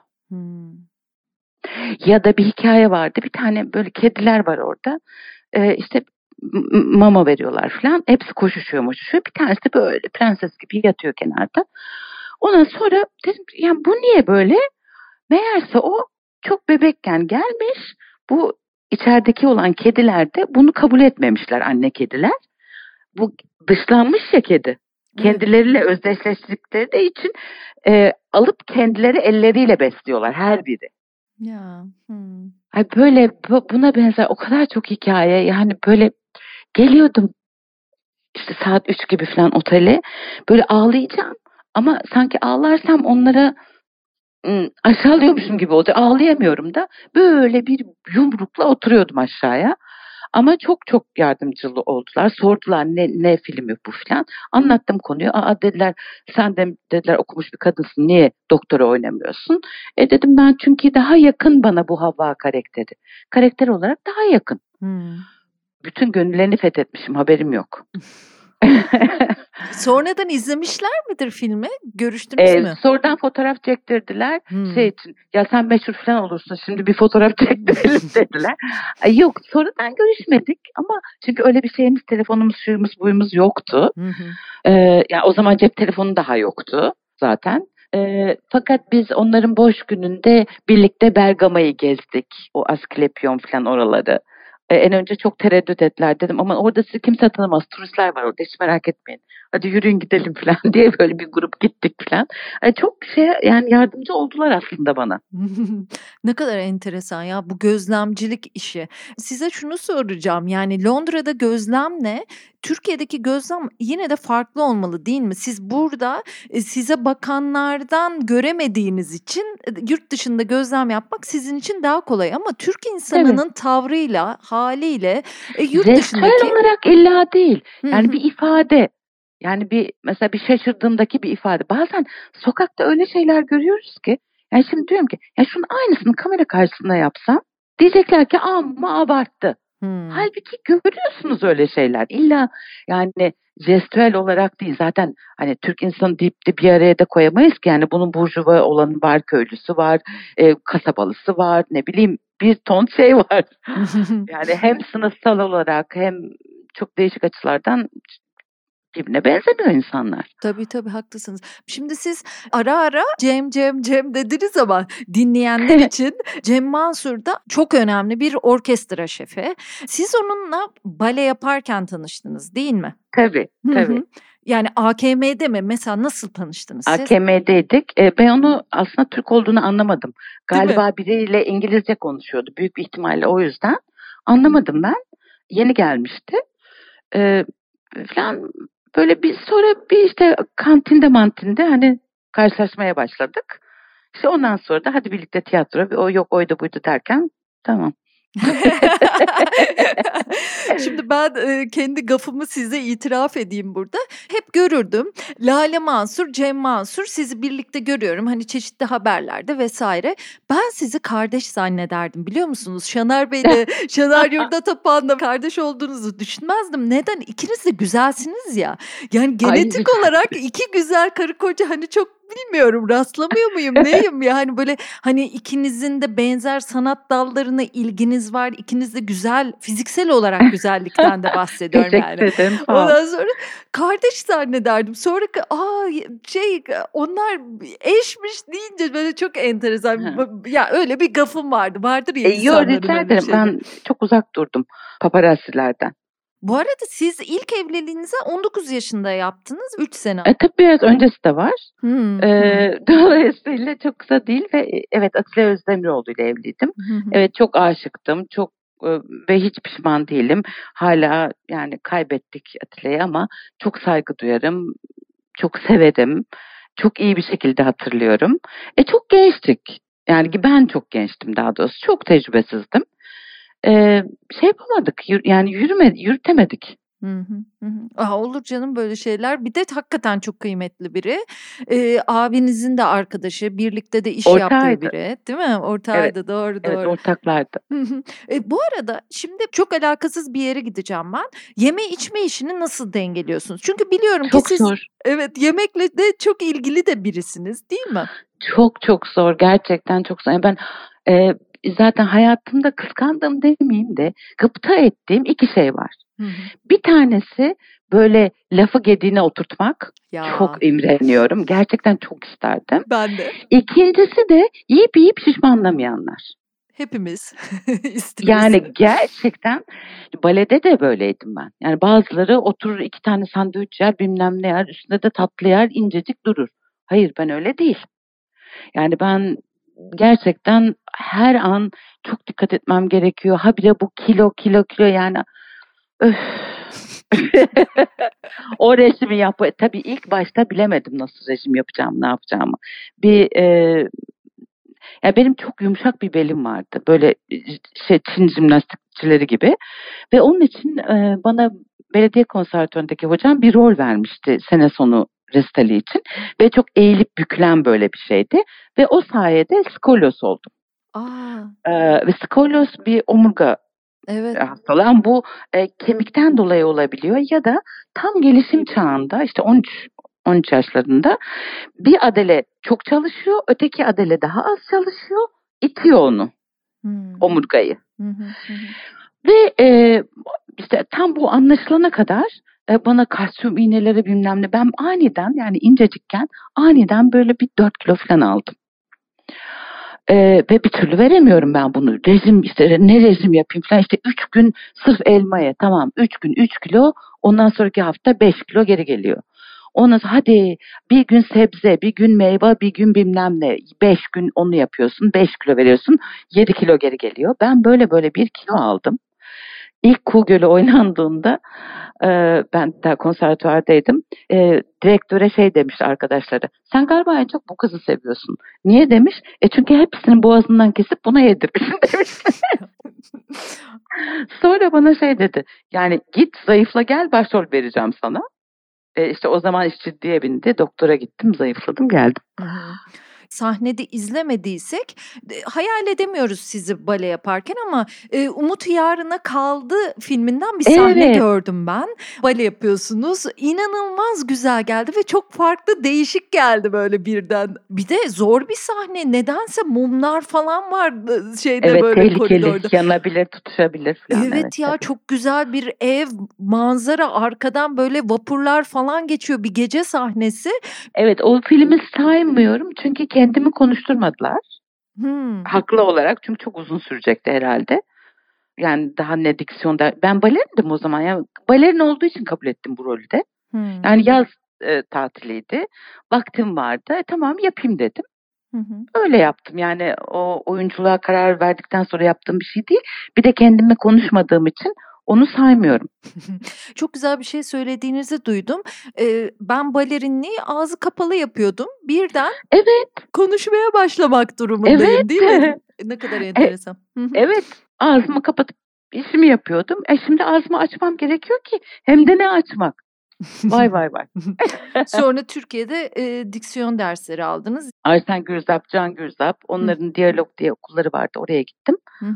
Ya da bir hikaye vardı. Bir tane böyle kediler var orada. İşte mama veriyorlar falan. Hepsi koşuşuyor. Bir tanesi de böyle prenses gibi yatıyor kenarda. Ondan sonra dedim yani bu niye böyle? Meğerse o çok bebekken gelmiş. Bu içerideki olan kediler de bunu kabul etmemişler, anne kediler. Bu dışlanmış ya kedi. Kendileriyle özdeşleştikleri de için alıp kendileri elleriyle besliyorlar her biri. Ya. Ay böyle buna benzer o kadar çok hikaye. Yani böyle geliyordum işte saat 3 gibi falan otele. Böyle ağlayacağım ama sanki ağlarsam onlara aşağılıyormuşum gibi olacak. Ağlayamıyorum da böyle bir yumrukla oturuyordum aşağıya. Ama çok çok yardımcılı oldular. Sordular ne filmi bu falan. Anlattım konuyu. Dediler sen de dediler okumuş bir kadınsın. Niye doktora oynamıyorsun? Dedim ben çünkü daha yakın bana bu Havva karakteri. Karakter olarak daha yakın. Bütün gönüllerini fethetmişim, haberim yok. Sonradan izlemişler midir filmi? Görüştünüz mü? Sonradan fotoğraf çektirdiler. Şey için ya sen meşhur falan olursun şimdi bir fotoğraf çektirelim dediler. Yok sonradan görüşmedik ama çünkü öyle bir şeyimiz, telefonumuz, şuyumuz, buyumuz yoktu. Yani o zaman cep telefonu daha yoktu zaten. Fakat biz onların boş gününde birlikte Bergama'yı gezdik. O Asklepion falan oraları. En önce çok tereddüt ettiler dedim ama orada sizi kimse tanımaz. Turistler var orada hiç merak etmeyin. Hadi yürüyün gidelim falan diye böyle bir grup gittik falan. Çok yani yardımcı oldular aslında bana. Ne kadar enteresan ya bu gözlemcilik işi. Size şunu soracağım yani Londra'da gözlem ne? Türkiye'deki gözlem yine de farklı olmalı değil mi? Siz burada size bakanlardan göremediğiniz için yurt dışında gözlem yapmak sizin için daha kolay ama Türk insanının tavrıyla, haliyle yurt dışındaki... Resmen olarak illa değil. Yani bir ifade. Yani mesela bir şaşırdığımdaki bir ifade. Bazen sokakta öyle şeyler görüyoruz ki. Yani şimdi diyorum ki ya şunun aynısını kamera karşısında yapsam diyecekler ki amma abarttı. Halbuki görüyorsunuz öyle şeyler. İlla yani jestüel olarak değil. Zaten hani Türk insanı deyip de bir araya da koyamayız ki. Yani bunun burjuva olanı var, köylüsü var, kasabalısı var, ne bileyim bir ton şey var. Yani hem sınıfsal olarak hem çok değişik açılardan birbirine benzemiyor insanlar. Tabii haklısınız. Şimdi siz ara ara Cem dediniz ama dinleyenler için Cem Mansur da çok önemli bir orkestra şefi. Siz onunla bale yaparken tanıştınız değil mi? Tabii. Yani AKM'de mi? Mesela nasıl tanıştınız siz? AKM'deydik. Ben onu aslında Türk olduğunu anlamadım. Galiba biriyle İngilizce konuşuyordu. Büyük bir ihtimalle o yüzden. Anlamadım ben. Yeni gelmişti. Falan böyle sonra işte mantinde hani karşılaşmaya başladık. İşte ondan sonra da hadi birlikte tiyatro, o yok oydu buydu derken tamam. Şimdi ben kendi gafımı size itiraf edeyim burada. Hep görürdüm. Lale Mansur, Cem Mansur sizi birlikte görüyorum. Hani çeşitli haberlerde vesaire. Ben sizi kardeş zannederdim biliyor musunuz? Şanar Bey'le Şanar Yurdatapağ'la kardeş olduğunuzu düşünmezdim. Neden? İkiniz de güzelsiniz ya. Yani genetik olarak iki güzel karı koca hani çok bilmiyorum, rastlamıyor muyum neyim yani böyle hani ikinizin de benzer sanat dallarına ilginiz var. İkiniz de güzel, fiziksel olarak güzellikten de bahsediyorum yani. Teşekkür ederim. Sağ ol. Ondan sonra kardeş zannederdim. Sonra onlar eşmiş deyince böyle çok enteresan. Ya öyle bir gafım vardı. Vardır ya Yok, insanların rica öyle ederim. şeyleri. Ben çok uzak durdum paparazzilerden. Bu arada siz ilk evliliğinizi 19 yaşında yaptınız. 3 sene. Tabii biraz öncesi de var. Hmm. Dolayısıyla çok kısa değil ve evet, Atilla Özdemiroğlu ile evliydim. Evet, çok aşıktım. Çok ve hiç pişman değilim. Hala yani kaybettik Atilla'yı ama çok saygı duyarım. Çok severim. Çok iyi bir şekilde hatırlıyorum. Çok gençtik. Yani ben çok gençtim daha doğrusu. Çok tecrübesizdim. Şey yapamadık. Yani yürütemedik. Olur canım böyle şeyler. Bir de hakikaten çok kıymetli biri. Abinizin de arkadaşı, birlikte de iş yaptığı Ortağıydı. biri, değil mi? Ortağıydı, Evet. doğru Evet, doğru. ortaklardı. Bu arada şimdi çok alakasız bir yere gideceğim ben. Yeme içme işini nasıl dengeliyorsunuz? Çünkü biliyorum ki Çok siz zor. evet yemekle de çok ilgili de birisiniz, değil mi? Çok çok zor. Gerçekten çok zor. Yani ben zaten hayatımda kıskandığım demeyeyim de gıpta ettiğim 2 şey var. Bir tanesi böyle lafı gediğine oturtmak. Ya. Çok imreniyorum. Gerçekten çok isterdim. Ben de. İkincisi de yiyip şişmanlamayanlar. Hepimiz isteriz. Yani gerçekten balede de böyleydim ben. Yani bazıları oturur 2 tane sandviç yer, bilmem ne yer, üstünde de tatlı yer, incecik durur. Hayır, ben öyle değil. Yani ben gerçekten her an çok dikkat etmem gerekiyor. Habire bu kilo yani öf. O rejimi tabii ilk başta bilemedim nasıl rejim yapacağım, ne yapacağımı. Yani benim çok yumuşak bir belim vardı. Böyle Çin jimnastikçileri gibi. Ve onun için bana belediye konservatuvarındaki hocam bir rol vermişti sene sonu resitali için. Ve çok eğilip bükülen böyle bir şeydi. Ve o sayede skolyoz oldum. Ve skolyoz bir omurga hastalığı. Ama bu kemikten dolayı olabiliyor ya da tam gelişim çağında işte 13 yaşlarında bir adele çok çalışıyor, öteki adele daha az çalışıyor, itiyor onu, omurgayı. Ve işte tam bu anlaşılana kadar bana kalsiyum iğneleri bilmem ne, ben aniden yani incecikken aniden böyle bir 4 kilo falan aldım. Ve bir türlü veremiyorum ben bunu. Rejim işte ne rejim yapayım falan, işte 3 gün sırf elmaya, tamam 3 gün 3 kilo, ondan sonraki hafta 5 kilo geri geliyor. Ondan sonra hadi bir gün sebze, bir gün meyve, bir gün bilmem ne. 5 gün onu yapıyorsun, 5 kilo veriyorsun, 7 kilo geri geliyor. Ben böyle 1 kilo aldım. İlk Kuğu Gölü oynandığında ben daha konservatuvardaydım. Direktöre şey demiş arkadaşları. Sen galiba en çok bu kızı seviyorsun. Niye demiş? Çünkü hepsinin boğazından kesip buna yedirmişsin demiş. Sonra bana şey dedi. Yani git zayıfla gel, başrol vereceğim sana. İşte o zaman iş ciddiye bindi. Doktora gittim, zayıfladım, geldim. Sahnede izlemediysek hayal edemiyoruz sizi bale yaparken ama Umut Yarına Kaldı filminden bir sahne gördüm ben. Bale yapıyorsunuz. İnanılmaz güzel geldi ve çok farklı, değişik geldi böyle birden. Bir de zor bir sahne. Nedense mumlar falan var şeyde böyle tehlikeli, koridorda. yanabilir, tutuşabilir falan. Evet ya, tabii. Çok güzel bir ev, manzara, arkadan böyle vapurlar falan geçiyor, bir gece sahnesi. Evet, o filmi saymıyorum çünkü kendimi konuşturmadılar. Haklı olarak, çünkü çok uzun sürecekti herhalde. Yani daha ne diksiyonda. Ben balerindim o zaman. Yani balerin olduğu için kabul ettim bu rolü de. Yani yaz tatiliydi. Vaktim vardı. Tamam yapayım dedim. Öyle yaptım. Yani o oyunculuğa karar verdikten sonra yaptığım bir şey değil. Bir de kendime konuşmadığım için onu saymıyorum. Çok güzel bir şey söylediğinizi duydum. Ben balerinliği ağzı kapalı yapıyordum. Birden konuşmaya başlamak durumundayım, değil mi? Ne kadar enteresan. Evet, ağzımı kapatıp işimi yapıyordum. Şimdi ağzımı açmam gerekiyor ki, hem de ne açmak. Vay. Sonra Türkiye'de diksiyon dersleri aldınız. Aysen Gürzap, Can Gürzap, onların diyalog diye okulları vardı, oraya gittim.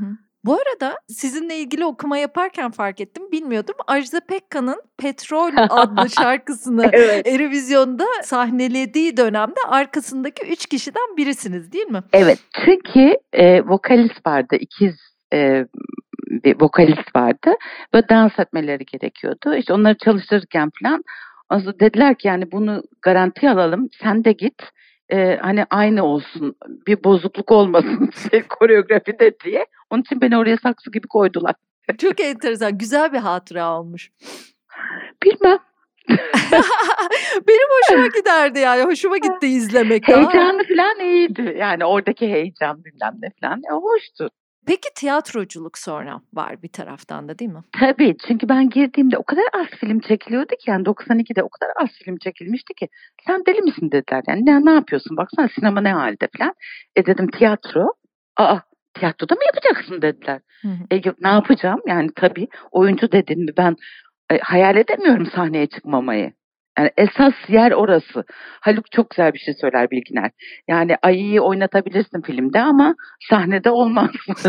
Bu arada sizinle ilgili okuma yaparken fark ettim, bilmiyordum. Ajda Pekkan'ın Petrol adlı şarkısını Evet. Eurovision'da sahnelediği dönemde arkasındaki 3 kişiden birisiniz değil mi? Evet, çünkü vokalist vardı, ikiz bir vokalist vardı ve dans etmeleri gerekiyordu. İşte onları çalıştırırken falan dediler ki yani bunu garanti alalım, sen de git. Hani aynı olsun, bir bozukluk olmasın koreografide diye. Onun için beni oraya saksı gibi koydular. Çok enteresan, güzel bir hatıra olmuş. Bilmem. Benim hoşuma giderdi yani, hoşuma gitti izlemek. Heyecanlı falan iyiydi. Yani oradaki heyecan bilmem ne falan hoştu. Peki tiyatroculuk sonra var bir taraftan da değil mi? Tabii, çünkü ben girdiğimde o kadar az film çekiliyordu ki, yani 92'de o kadar az film çekilmişti ki sen deli misin dediler, yani ne yapıyorsun, baksana sinema ne halde falan. Dedim tiyatro. Tiyatroda mı yapacaksın dediler. Yok, ne yapacağım yani, tabii oyuncu dedin mi ben hayal edemiyorum sahneye çıkmamayı. Yani esas yer orası. Haluk çok güzel bir şey söyler, Bilginer. Yani ayıyı oynatabilirsin filmde ama sahnede olmaz.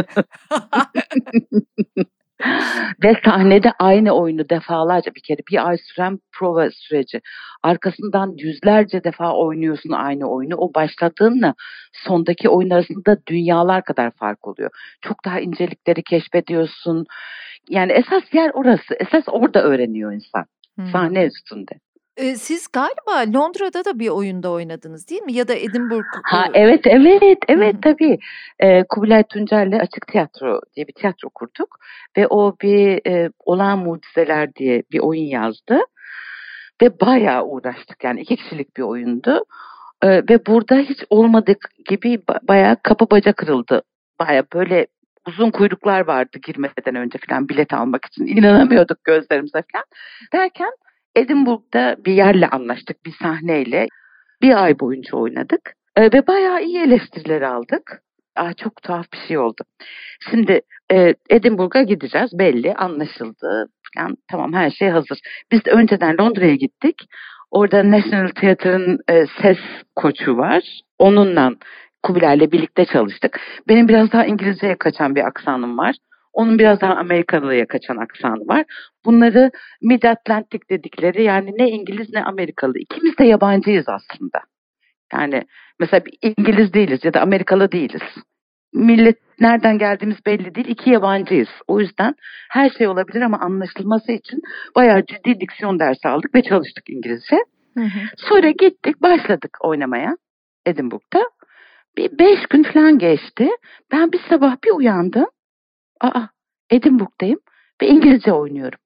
Ve sahnede aynı oyunu defalarca, bir kere bir ay süren prova süreci. Arkasından yüzlerce defa oynuyorsun aynı oyunu. O başladığınla sondaki oyun arasında dünyalar kadar fark oluyor. Çok daha incelikleri keşfediyorsun. Yani esas yer orası. Esas orada öğreniyor insan. Sahne üstünde. Siz galiba Londra'da da bir oyunda oynadınız değil mi? Ya da Edinburgh. Evet tabii. Kubilay Tuncer'le Açık Tiyatro diye bir tiyatro kurduk. Ve o bir Olağan Mucizeler diye bir oyun yazdı. Ve bayağı uğraştık, yani 2 kişilik bir oyundu. Ve burada hiç olmadık gibi bayağı kapı baca kırıldı. Bayağı böyle uzun kuyruklar vardı girmeden önce falan, bilet almak için. İnanamıyorduk gözlerimize falan. Derken Edinburgh'da bir yerle anlaştık, bir sahneyle. 1 ay boyunca oynadık. Ve bayağı iyi eleştiriler aldık. Çok tuhaf bir şey oldu. Şimdi Edinburgh'a gideceğiz, belli, anlaşıldı falan, tamam, her şey hazır. Biz de önceden Londra'ya gittik. Orada National Theatre'ın ses koçu var. Onunla, Kubilay'la birlikte çalıştık. Benim biraz daha İngilizceye kaçan bir aksanım var. Onun biraz daha Amerikalıya kaçan aksanı var. Bunları Mid-Atlantic dedikleri, yani ne İngiliz ne Amerikalı. İkimiz de yabancıyız aslında. Yani mesela İngiliz değiliz ya da Amerikalı değiliz. Millet nereden geldiğimiz belli değil. 2 yabancıyız. O yüzden her şey olabilir ama anlaşılması için bayağı ciddi diksiyon dersi aldık ve çalıştık İngilizce. Sonra gittik, başladık oynamaya Edinburgh'da. Bir 5 gün falan geçti. Ben bir sabah bir uyandım. Edinburgh'dayım ve İngilizce oynuyorum.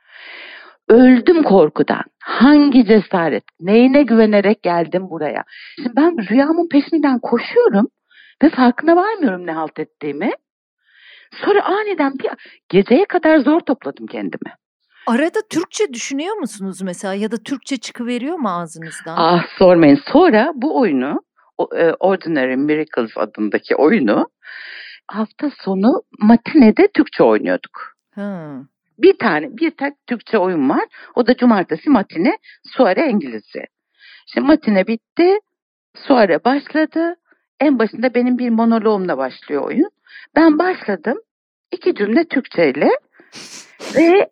Öldüm korkudan. Hangi cesaret, neyine güvenerek geldim buraya? Şimdi ben rüyamın peşinden koşuyorum ve farkına varmıyorum ne halt ettiğimi. Sonra aniden bir geceye kadar zor topladım kendimi. Arada Türkçe düşünüyor musunuz mesela, ya da Türkçe çıkıveriyor mu ağzınızdan? Sormayın. Sonra bu oyunu, Ordinary Miracles adındaki oyunu hafta sonu matinede Türkçe oynuyorduk. Bir tek Türkçe oyun var. O da cumartesi matine, soare İngilizce. Şimdi matine bitti, soare başladı. En başında benim bir monoloğumla başlıyor oyun. Ben başladım 2 cümle Türkçeyle ve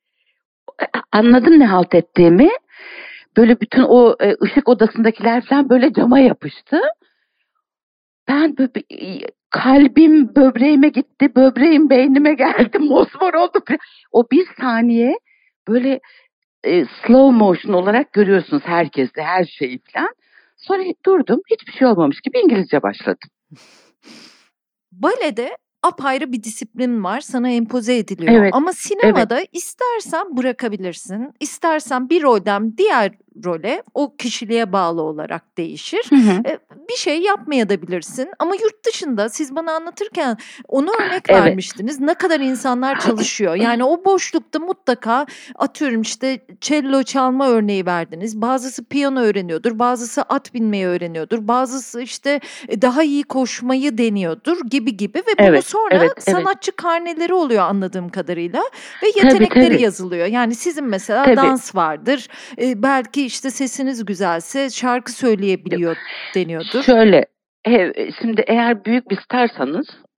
anladım ne halt ettiğimi. Böyle bütün o ışık odasındakiler falan böyle cama yapıştı. Ben böyle, kalbim böbreğime gitti, böbreğim beynime geldi, mosmor oldu. O 1 saniye böyle slow motion olarak görüyorsunuz herkeste her şeyi falan. Sonra durdum, hiçbir şey olmamış gibi İngilizce başladım. Balede apayrı bir disiplin var, sana empoze ediliyor. Evet, ama sinemada istersen bırakabilirsin, istersen bir rolden diğer role, o kişiliğe bağlı olarak değişir. Bir şey yapmayabilirsin ama yurt dışında siz bana anlatırken onu örnek vermiştiniz. Ne kadar insanlar çalışıyor. Yani o boşlukta mutlaka, atıyorum işte cello çalma örneği verdiniz. Bazısı piyano öğreniyordur, bazısı at binmeyi öğreniyordur, bazısı işte daha iyi koşmayı deniyordur gibi ve bunu sonra sanatçı karneleri oluyor anladığım kadarıyla ve yetenekleri yazılıyor. Yani sizin mesela dans vardır, belki işte sesiniz güzelse şarkı söyleyebiliyor deniyordur. Şöyle, şimdi eğer büyük bir starsanız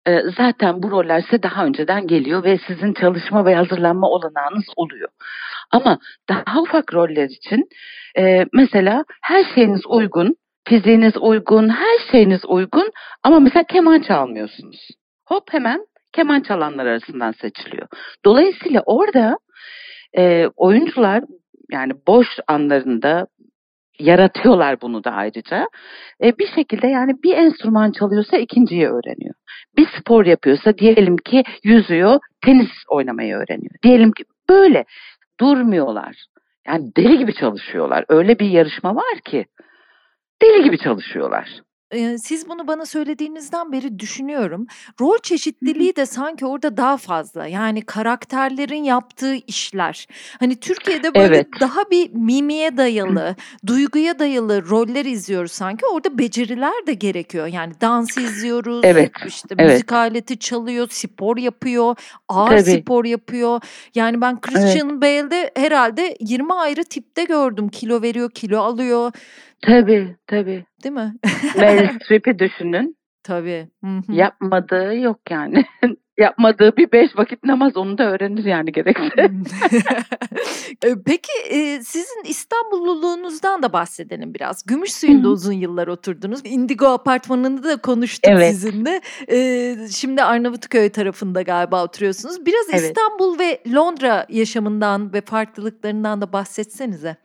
zaten bu roller size daha önceden geliyor ve sizin çalışma ve hazırlanma olanağınız oluyor. Ama daha ufak roller için mesela her şeyiniz uygun, fiziğiniz uygun, her şeyiniz uygun ama mesela keman çalmıyorsunuz. Hop hemen keman çalanlar arasından seçiliyor. Dolayısıyla orada oyuncular yani boş anlarında yaratıyorlar bunu da ayrıca. Bir şekilde yani bir enstrüman çalıyorsa ikinciyi öğreniyor. Bir spor yapıyorsa diyelim ki yüzüyor, tenis oynamayı öğreniyor. Diyelim ki böyle durmuyorlar. Yani deli gibi çalışıyorlar. Öyle bir yarışma var ki deli gibi çalışıyorlar. Siz bunu bana söylediğinizden beri düşünüyorum. Rol çeşitliliği de sanki orada daha fazla. Yani karakterlerin yaptığı işler. Hani Türkiye'de böyle Evet. daha bir mimiye dayalı, duyguya dayalı roller izliyoruz sanki. Orada beceriler de gerekiyor. Yani dans izliyoruz, Evet. işte Evet. müzik aleti çalıyor, spor yapıyor, ağır Tabii. spor yapıyor. Yani ben Christian Bale'de herhalde 20 ayrı tipte gördüm. Kilo veriyor, kilo alıyor. Tabii. Değil mi? Meryl Streep'i düşünün. Tabii. Hı. Yapmadığı yok yani. Yapmadığı bir 5 vakit namaz onu da öğrenir yani gerekse. Peki sizin İstanbulluluğunuzdan da bahsedelim biraz. Gümüşsuyu'nda uzun yıllar oturdunuz. Indigo Apartmanı'nda da konuştuk Evet. sizinle. Şimdi Arnavutköy tarafında galiba oturuyorsunuz. Biraz Evet. İstanbul ve Londra yaşamından ve farklılıklarından da bahsetsenize.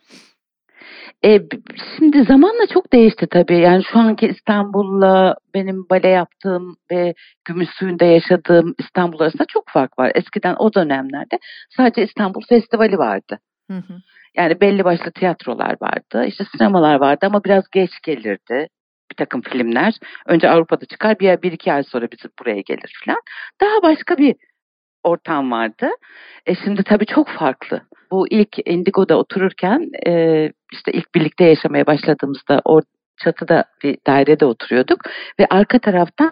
Şimdi zamanla çok değişti tabii. Yani şu anki İstanbul'la benim bale yaptığım ve Gümüşsuyu'nda yaşadığım İstanbul arasında çok fark var. Eskiden o dönemlerde sadece İstanbul Festivali vardı. Hı. Yani belli başlı tiyatrolar vardı. İşte sinemalar vardı ama biraz geç gelirdi bir takım filmler. Önce Avrupa'da çıkar bir iki ay sonra bizim buraya gelir falan. Daha başka bir ortam vardı. Şimdi tabii çok farklı. Bu ilk Indigo'da otururken işte ilk birlikte yaşamaya başladığımızda o çatıda bir dairede oturuyorduk ve arka taraftan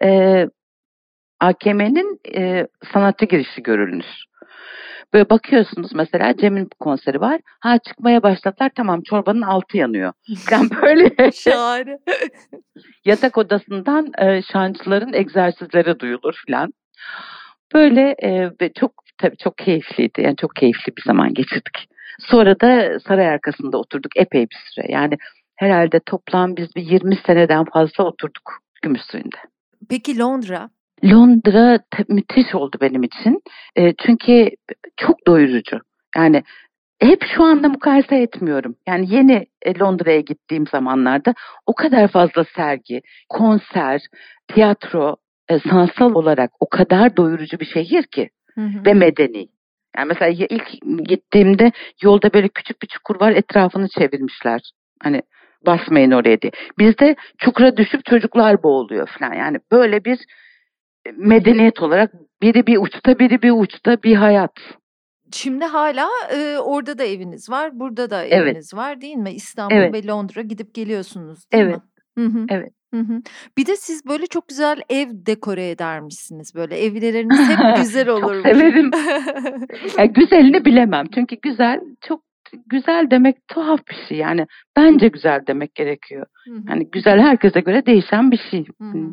AKM'nin sanatçı girişi görülür. Böyle bakıyorsunuz mesela Cem'in konseri var. Çıkmaya başladılar, tamam çorbanın altı yanıyor. Yani böyle Şahane. yatak odasından şancıların egzersizleri duyulur falan. Böyle ve tabii çok keyifliydi. Yani çok keyifli bir zaman geçirdik. Sonra da saray arkasında oturduk epey bir süre. Yani herhalde toplam biz bir 20 seneden fazla oturduk Gümüşsuyu'nda. Peki Londra? Londra müthiş oldu benim için. Çünkü çok doyurucu. Yani hep şu anda mukayese etmiyorum. Yani yeni Londra'ya gittiğim zamanlarda o kadar fazla sergi, konser, tiyatro, sanatsal olarak o kadar doyurucu bir şehir ki ve medeni. Yani mesela ilk gittiğimde yolda böyle küçük bir çukur var, etrafını çevirmişler. Hani basmayın oraya diye. Bizde çukura düşüp çocuklar boğuluyor falan. Yani böyle bir medeniyet olarak biri bir uçta biri bir uçta bir hayat. Şimdi hala orada da eviniz var, burada da Evet. eviniz var değil mi? İstanbul Evet. ve Londra gidip geliyorsunuz değil mi? Evet. Bir de siz böyle çok güzel ev dekore edermişsiniz böyle. Evleriniz hep güzel olurmuş. Çok severim. Yani güzelini bilemem. Çünkü çok güzel demek tuhaf bir şey. Yani bence güzel demek gerekiyor. Yani güzel herkese göre değişen bir şey.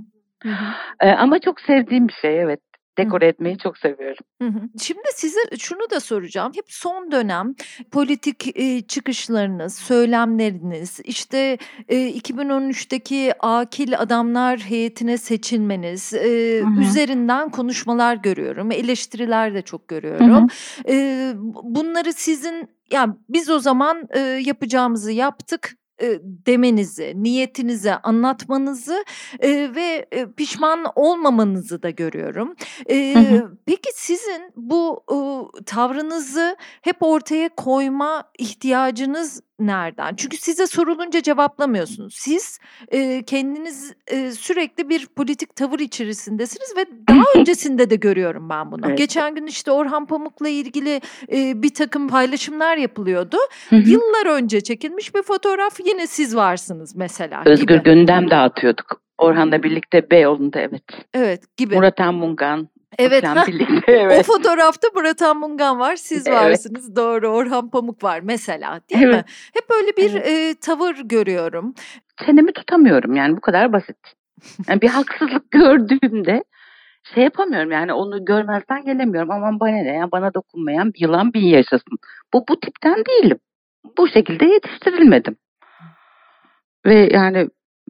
Ama çok sevdiğim bir şey, evet. Dekore etmeyi çok seviyorum. Şimdi size şunu da soracağım. Hep son dönem politik çıkışlarınız, söylemleriniz, işte 2013'teki akil adamlar heyetine seçilmeniz üzerinden konuşmalar görüyorum. Eleştiriler de çok görüyorum. Bunları sizin, yani biz o zaman yapacağımızı yaptık demenizi, niyetinizi anlatmanızı ve pişman olmamanızı da görüyorum. Peki sizin bu tavrınızı hep ortaya koyma ihtiyacınız nereden? Çünkü size sorulunca cevaplamıyorsunuz. Siz kendiniz sürekli bir politik tavır içerisindesiniz ve daha öncesinde de görüyorum ben bunu. Evet. Geçen gün işte Orhan Pamuk'la ilgili bir takım paylaşımlar yapılıyordu. Yıllar önce çekilmiş bir fotoğraf, yine siz varsınız mesela. Özgür gibi. Gündem dağıtıyorduk. Orhan'la birlikte Beyoğlu'nda, evet. Evet, gibi. Murat Anmungan. Evet. Birlikte, evet. O fotoğrafta Murat Anmungan var, siz varsınız. Doğru, Orhan Pamuk var mesela, değil mi? Hep böyle bir tavır görüyorum. Çenemi tutamıyorum, yani bu kadar basit. Yani bir haksızlık gördüğümde şey yapamıyorum yani, onu görmezden gelemiyorum. Aman bana ne ya, bana dokunmayan bir yılan bin yaşasın. Bu tipten değilim. Bu şekilde yetiştirilmedim. Ve yani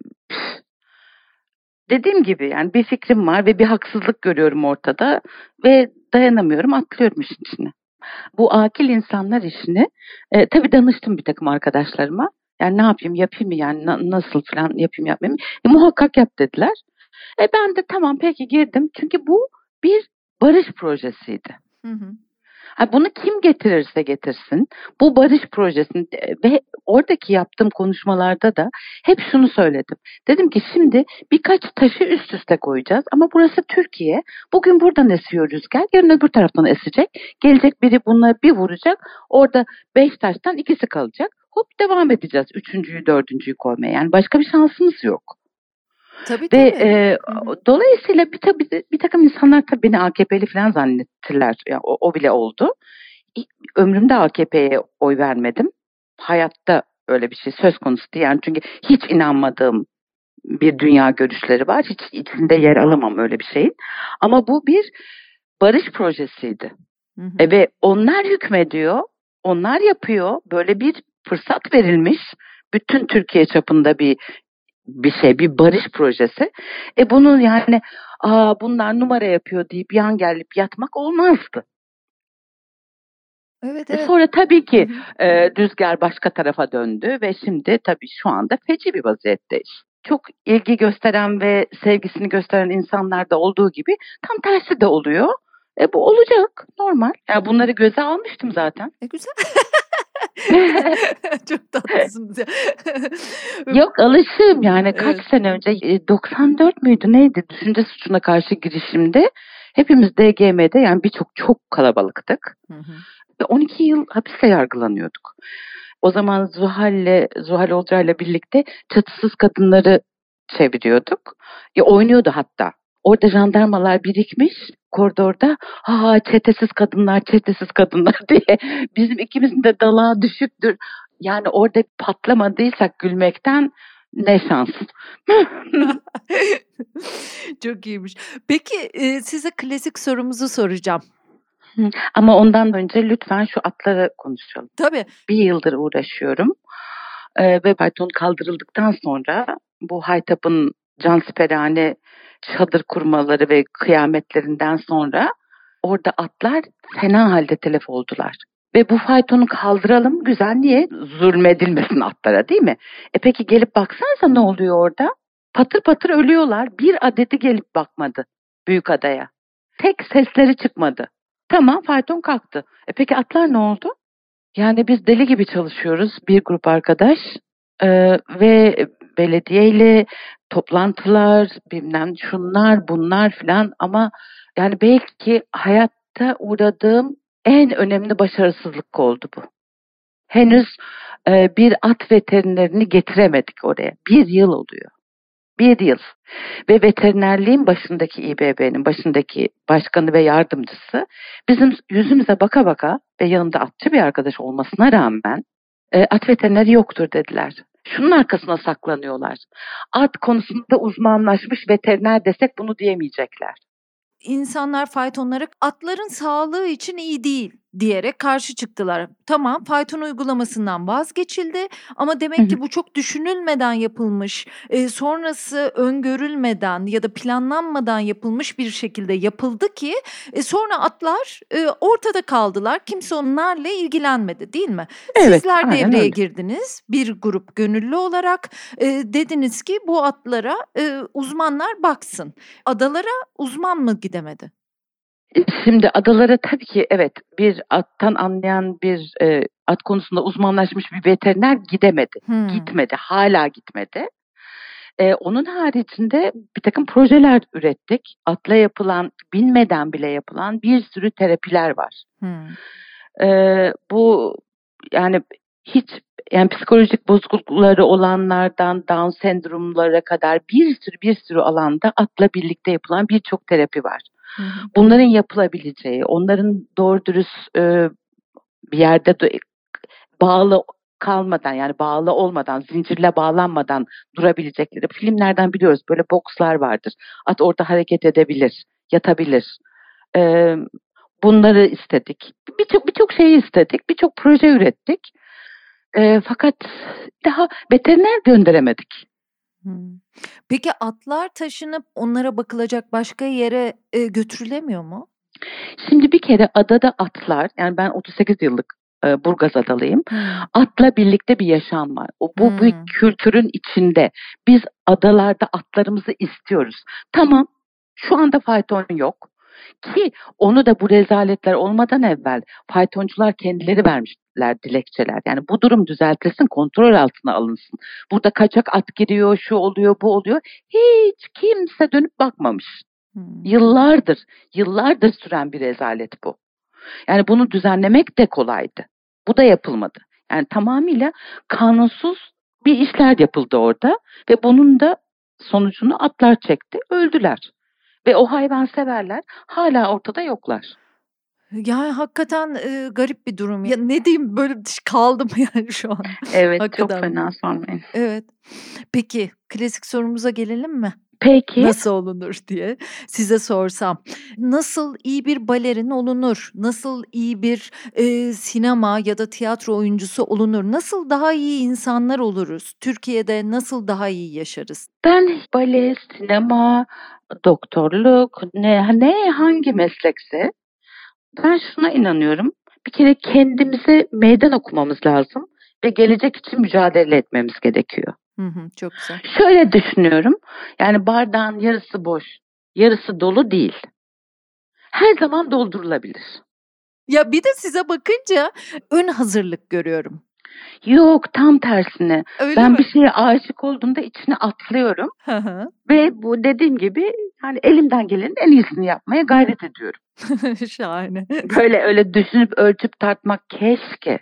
dediğim gibi yani bir fikrim var ve bir haksızlık görüyorum ortada ve dayanamıyorum, atlıyorum işin içine. Bu akil insanlar işini tabii danıştım bir takım arkadaşlarıma. Yani ne yapayım, yapayım mı yani, nasıl falan yapayım yapmayayım mı? Muhakkak yap dediler. Ben de tamam peki girdim. Çünkü bu bir barış projesiydi. Hı hı. Bunu kim getirirse getirsin, bu barış projesini ve oradaki yaptığım konuşmalarda da hep şunu söyledim. Dedim ki şimdi birkaç taşı üst üste koyacağız ama burası Türkiye. Bugün buradan esiyor rüzgar, yarın öbür taraftan esecek. Gelecek biri bununla bir vuracak. Orada 5 taştan ikisi kalacak. Hop devam edeceğiz üçüncüyü, dördüncüyü koymaya. Yani başka bir şansımız yok. Tabii Ve tabii. dolayısıyla bir takım insanlar tabii beni AKP'li falan zannettiler. Yani o bile oldu. Ömrümde AKP'ye oy vermedim. Hayatta öyle bir şey söz konusu değil. Yani çünkü hiç inanmadığım bir dünya görüşleri var. Hiç içinde yer alamam öyle bir şeyin. Ama bu bir barış projesiydi. Hı hı. Ve onlar hükmediyor, onlar yapıyor. Böyle bir fırsat verilmiş. Bütün Türkiye çapında bir şey, bir barış projesi. Bunun yani bunlar numara yapıyor deyip yan gelip yatmak olmazdı. Evet evet. Sonra tabii ki Hı hı. rüzgar başka tarafa döndü ve şimdi tabii şu anda feci bir vaziyetteyiz. Çok ilgi gösteren ve sevgisini gösteren insanlarda olduğu gibi tam tersi de oluyor. Bu olacak, normal. Yani bunları göze almıştım zaten. Güzel. Çok tatlısınız ya. Yok, alışığım yani, kaç Evet. sene önce 94 müydü neydi, düşünce suçuna karşı girişimde hepimiz DGM'de, yani çok kalabalıktık. Hı hı. Ve 12 yıl hapiste yargılanıyorduk. O zaman Zuhal Olcay'la birlikte Çatısız Kadınları çeviriyorduk. Oynuyordu hatta. Orada jandarmalar birikmiş koridorda. Çetesiz kadınlar diye. Bizim ikimizin de dalağı düşüktür. Yani orada patlamadıysak gülmekten ne şans. Çok iyiymiş. Peki size klasik sorumuzu soracağım. Ama ondan önce lütfen şu atları konuşalım. Tabii. Bir yıldır uğraşıyorum. Ve fayton kaldırıldıktan sonra bu Haytap'ın cansiperane çadır kurmaları ve kıyametlerinden sonra orada atlar fena halde telef oldular. Ve bu faytonu kaldıralım, güzel, niye? Zulmedilmesin atlara, değil mi? Peki gelip baksanıza ne oluyor orada? Patır patır ölüyorlar. Bir adeti gelip bakmadı Büyükada'ya. Tek sesleri çıkmadı. Tamam, fayton kalktı. Peki atlar ne oldu? Yani biz deli gibi çalışıyoruz, bir grup arkadaş ve belediyeyle toplantılar, bilmem şunlar bunlar filan, ama yani belki hayatta uğradığım en önemli başarısızlık oldu bu. Henüz bir at veterinerini getiremedik oraya. Bir yıl oluyor. Bir yıl. Ve veterinerliğin başındaki İBB'nin başındaki başkanı ve yardımcısı bizim yüzümüze baka baka ve yanımda atçı bir arkadaş olmasına rağmen at veterineri yoktur dediler. Şunun arkasına saklanıyorlar. At konusunda uzmanlaşmış veteriner desek bunu diyemeyecekler. İnsanlar faytonlara atların sağlığı için iyi değil diyerek karşı çıktılar. Tamam, fayton uygulamasından vazgeçildi ama demek ki bu çok düşünülmeden yapılmış, sonrası öngörülmeden ya da planlanmadan yapılmış bir şekilde yapıldı ki sonra atlar ortada kaldılar. Kimse onlarla ilgilenmedi, değil mi? Evet, Sizler aynen devreye öyle. girdiniz bir grup gönüllü olarak. Dediniz ki bu atlara uzmanlar baksın. Adalara uzman mı gidemedi? Şimdi adalara tabii ki evet, bir attan anlayan bir at konusunda uzmanlaşmış bir veteriner gidemedi. Hımm. Gitmedi, hala gitmedi. Onun haricinde bir takım projeler ürettik. Atla yapılan, bilmeden bile yapılan bir sürü terapiler var. Hımm. Bu yani hiç, yani psikolojik bozuklukları olanlardan Down sendromlara kadar bir sürü alanda atla birlikte yapılan birçok terapi var. Hı hı. Bunların yapılabileceği, onların doğru dürüst bir yerde bağlı kalmadan, yani bağlı olmadan, zincirle bağlanmadan durabilecekleri filmlerden biliyoruz. Böyle bokslar vardır. At orada hareket edebilir. yatabilir. Bunları istedik. Birçok şeyi istedik. Birçok proje ürettik. Fakat daha veteriner gönderemedik. Peki atlar taşınıp onlara bakılacak başka yere götürülemiyor mu? Şimdi bir kere adada atlar, yani ben 38 yıllık Burgaz adalıyım. Atla birlikte bir yaşam var. Bu kültürün içinde. Biz adalarda atlarımızı istiyoruz. Tamam, şu anda fayton yok. Ki onu da bu rezaletler olmadan evvel faytoncular kendileri vermişler dilekçeler. Yani bu durum düzeltilsin, kontrol altına alınsın. Burada kaçak at giriyor, şu oluyor, bu oluyor. Hiç kimse dönüp bakmamış. Yıllardır süren bir rezalet bu. Yani bunu düzenlemek de kolaydı. Bu da yapılmadı. Yani tamamıyla kanunsuz bir işler yapıldı orada ve bunun da sonucunu atlar çekti, öldüler. Ve o hayvanseverler hala ortada yoklar. Yani hakikaten garip bir durum. Ya ne diyeyim, böyle kaldım yani şu an. Evet, hakikaten. Çok fena sormayın. Evet. Peki klasik sorumuza gelelim mi? Peki. Nasıl olunur diye size sorsam. Nasıl iyi bir balerin olunur? Nasıl iyi bir sinema ya da tiyatro oyuncusu olunur? Nasıl daha iyi insanlar oluruz? Türkiye'de nasıl daha iyi yaşarız? Ben bale, sinema, doktorluk, hangi meslekse ben şuna inanıyorum. Bir kere kendimize meydan okumamız lazım ve gelecek için mücadele etmemiz gerekiyor. Çok güzel. Şöyle düşünüyorum. Yani bardağın yarısı boş, yarısı dolu değil. Her zaman doldurulabilir. Ya bir de size bakınca ön hazırlık görüyorum. Yok, tam tersine. Öyle ben mi? Bir şeye aşık olduğumda içine atlıyorum. Ve bu dediğim gibi yani elimden gelenin en iyisini yapmaya gayret ediyorum. Şahane. Böyle öyle düşünüp ölçüp tartmak keşke.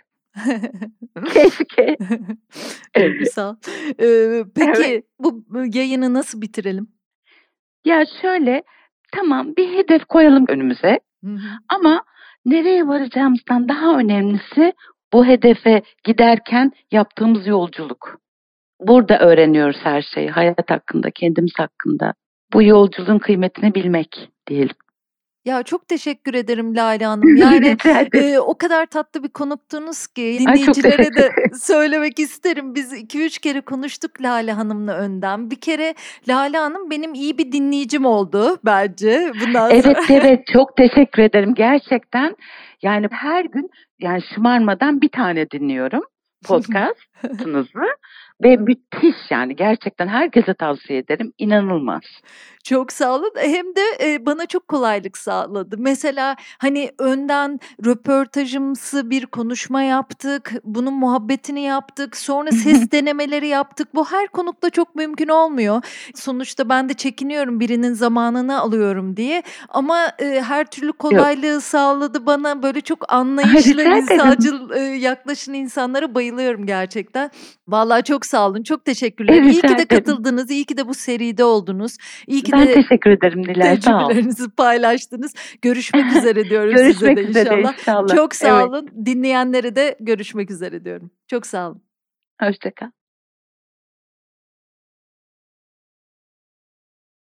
Keşke. Güzel. Peki bu yayını nasıl bitirelim? Ya şöyle, tamam, bir hedef koyalım önümüze. Ama nereye varacağımızdan daha önemlisi bu hedefe giderken yaptığımız yolculuk. Burada öğreniyoruz her şeyi, hayat hakkında, kendimiz hakkında. Bu yolculuğun kıymetini bilmek diyelim. Ya çok teşekkür ederim Lale Hanım. Yani o kadar tatlı bir konuktunuz ki dinleyicilere de söylemek isterim. Biz 2-3 kere konuştuk Lale Hanım'la önden. Bir kere Lale Hanım benim iyi bir dinleyicim oldu bence bundan sonra. Evet, çok teşekkür ederim gerçekten. Yani her gün yani şımarmadan bir tane dinliyorum podcast'ınızı. Ve müthiş, yani gerçekten herkese tavsiye ederim. İnanılmaz. Çok sağ olun. Hem de bana çok kolaylık sağladı. Mesela hani önden röportajımsı bir konuşma yaptık. Bunun muhabbetini yaptık. Sonra ses denemeleri yaptık. Bu her konukta çok mümkün olmuyor. Sonuçta ben de çekiniyorum, birinin zamanını alıyorum diye. Ama her türlü kolaylığı sağladı bana. Böyle çok anlayışlı, insancıl yaklaşan insanlara bayılıyorum gerçekten. Vallahi çok sağ olun. Çok teşekkürler. İyi ki de katıldınız. İyi ki de bu seride oldunuz. İyi ki ben teşekkür ederim Nilay. tecrübelerinizi paylaştınız. Görüşmek üzere diyorum size de inşallah. Çok sağ olun. Dinleyenlere de görüşmek üzere diyorum. Çok sağ olun. Hoşça kal.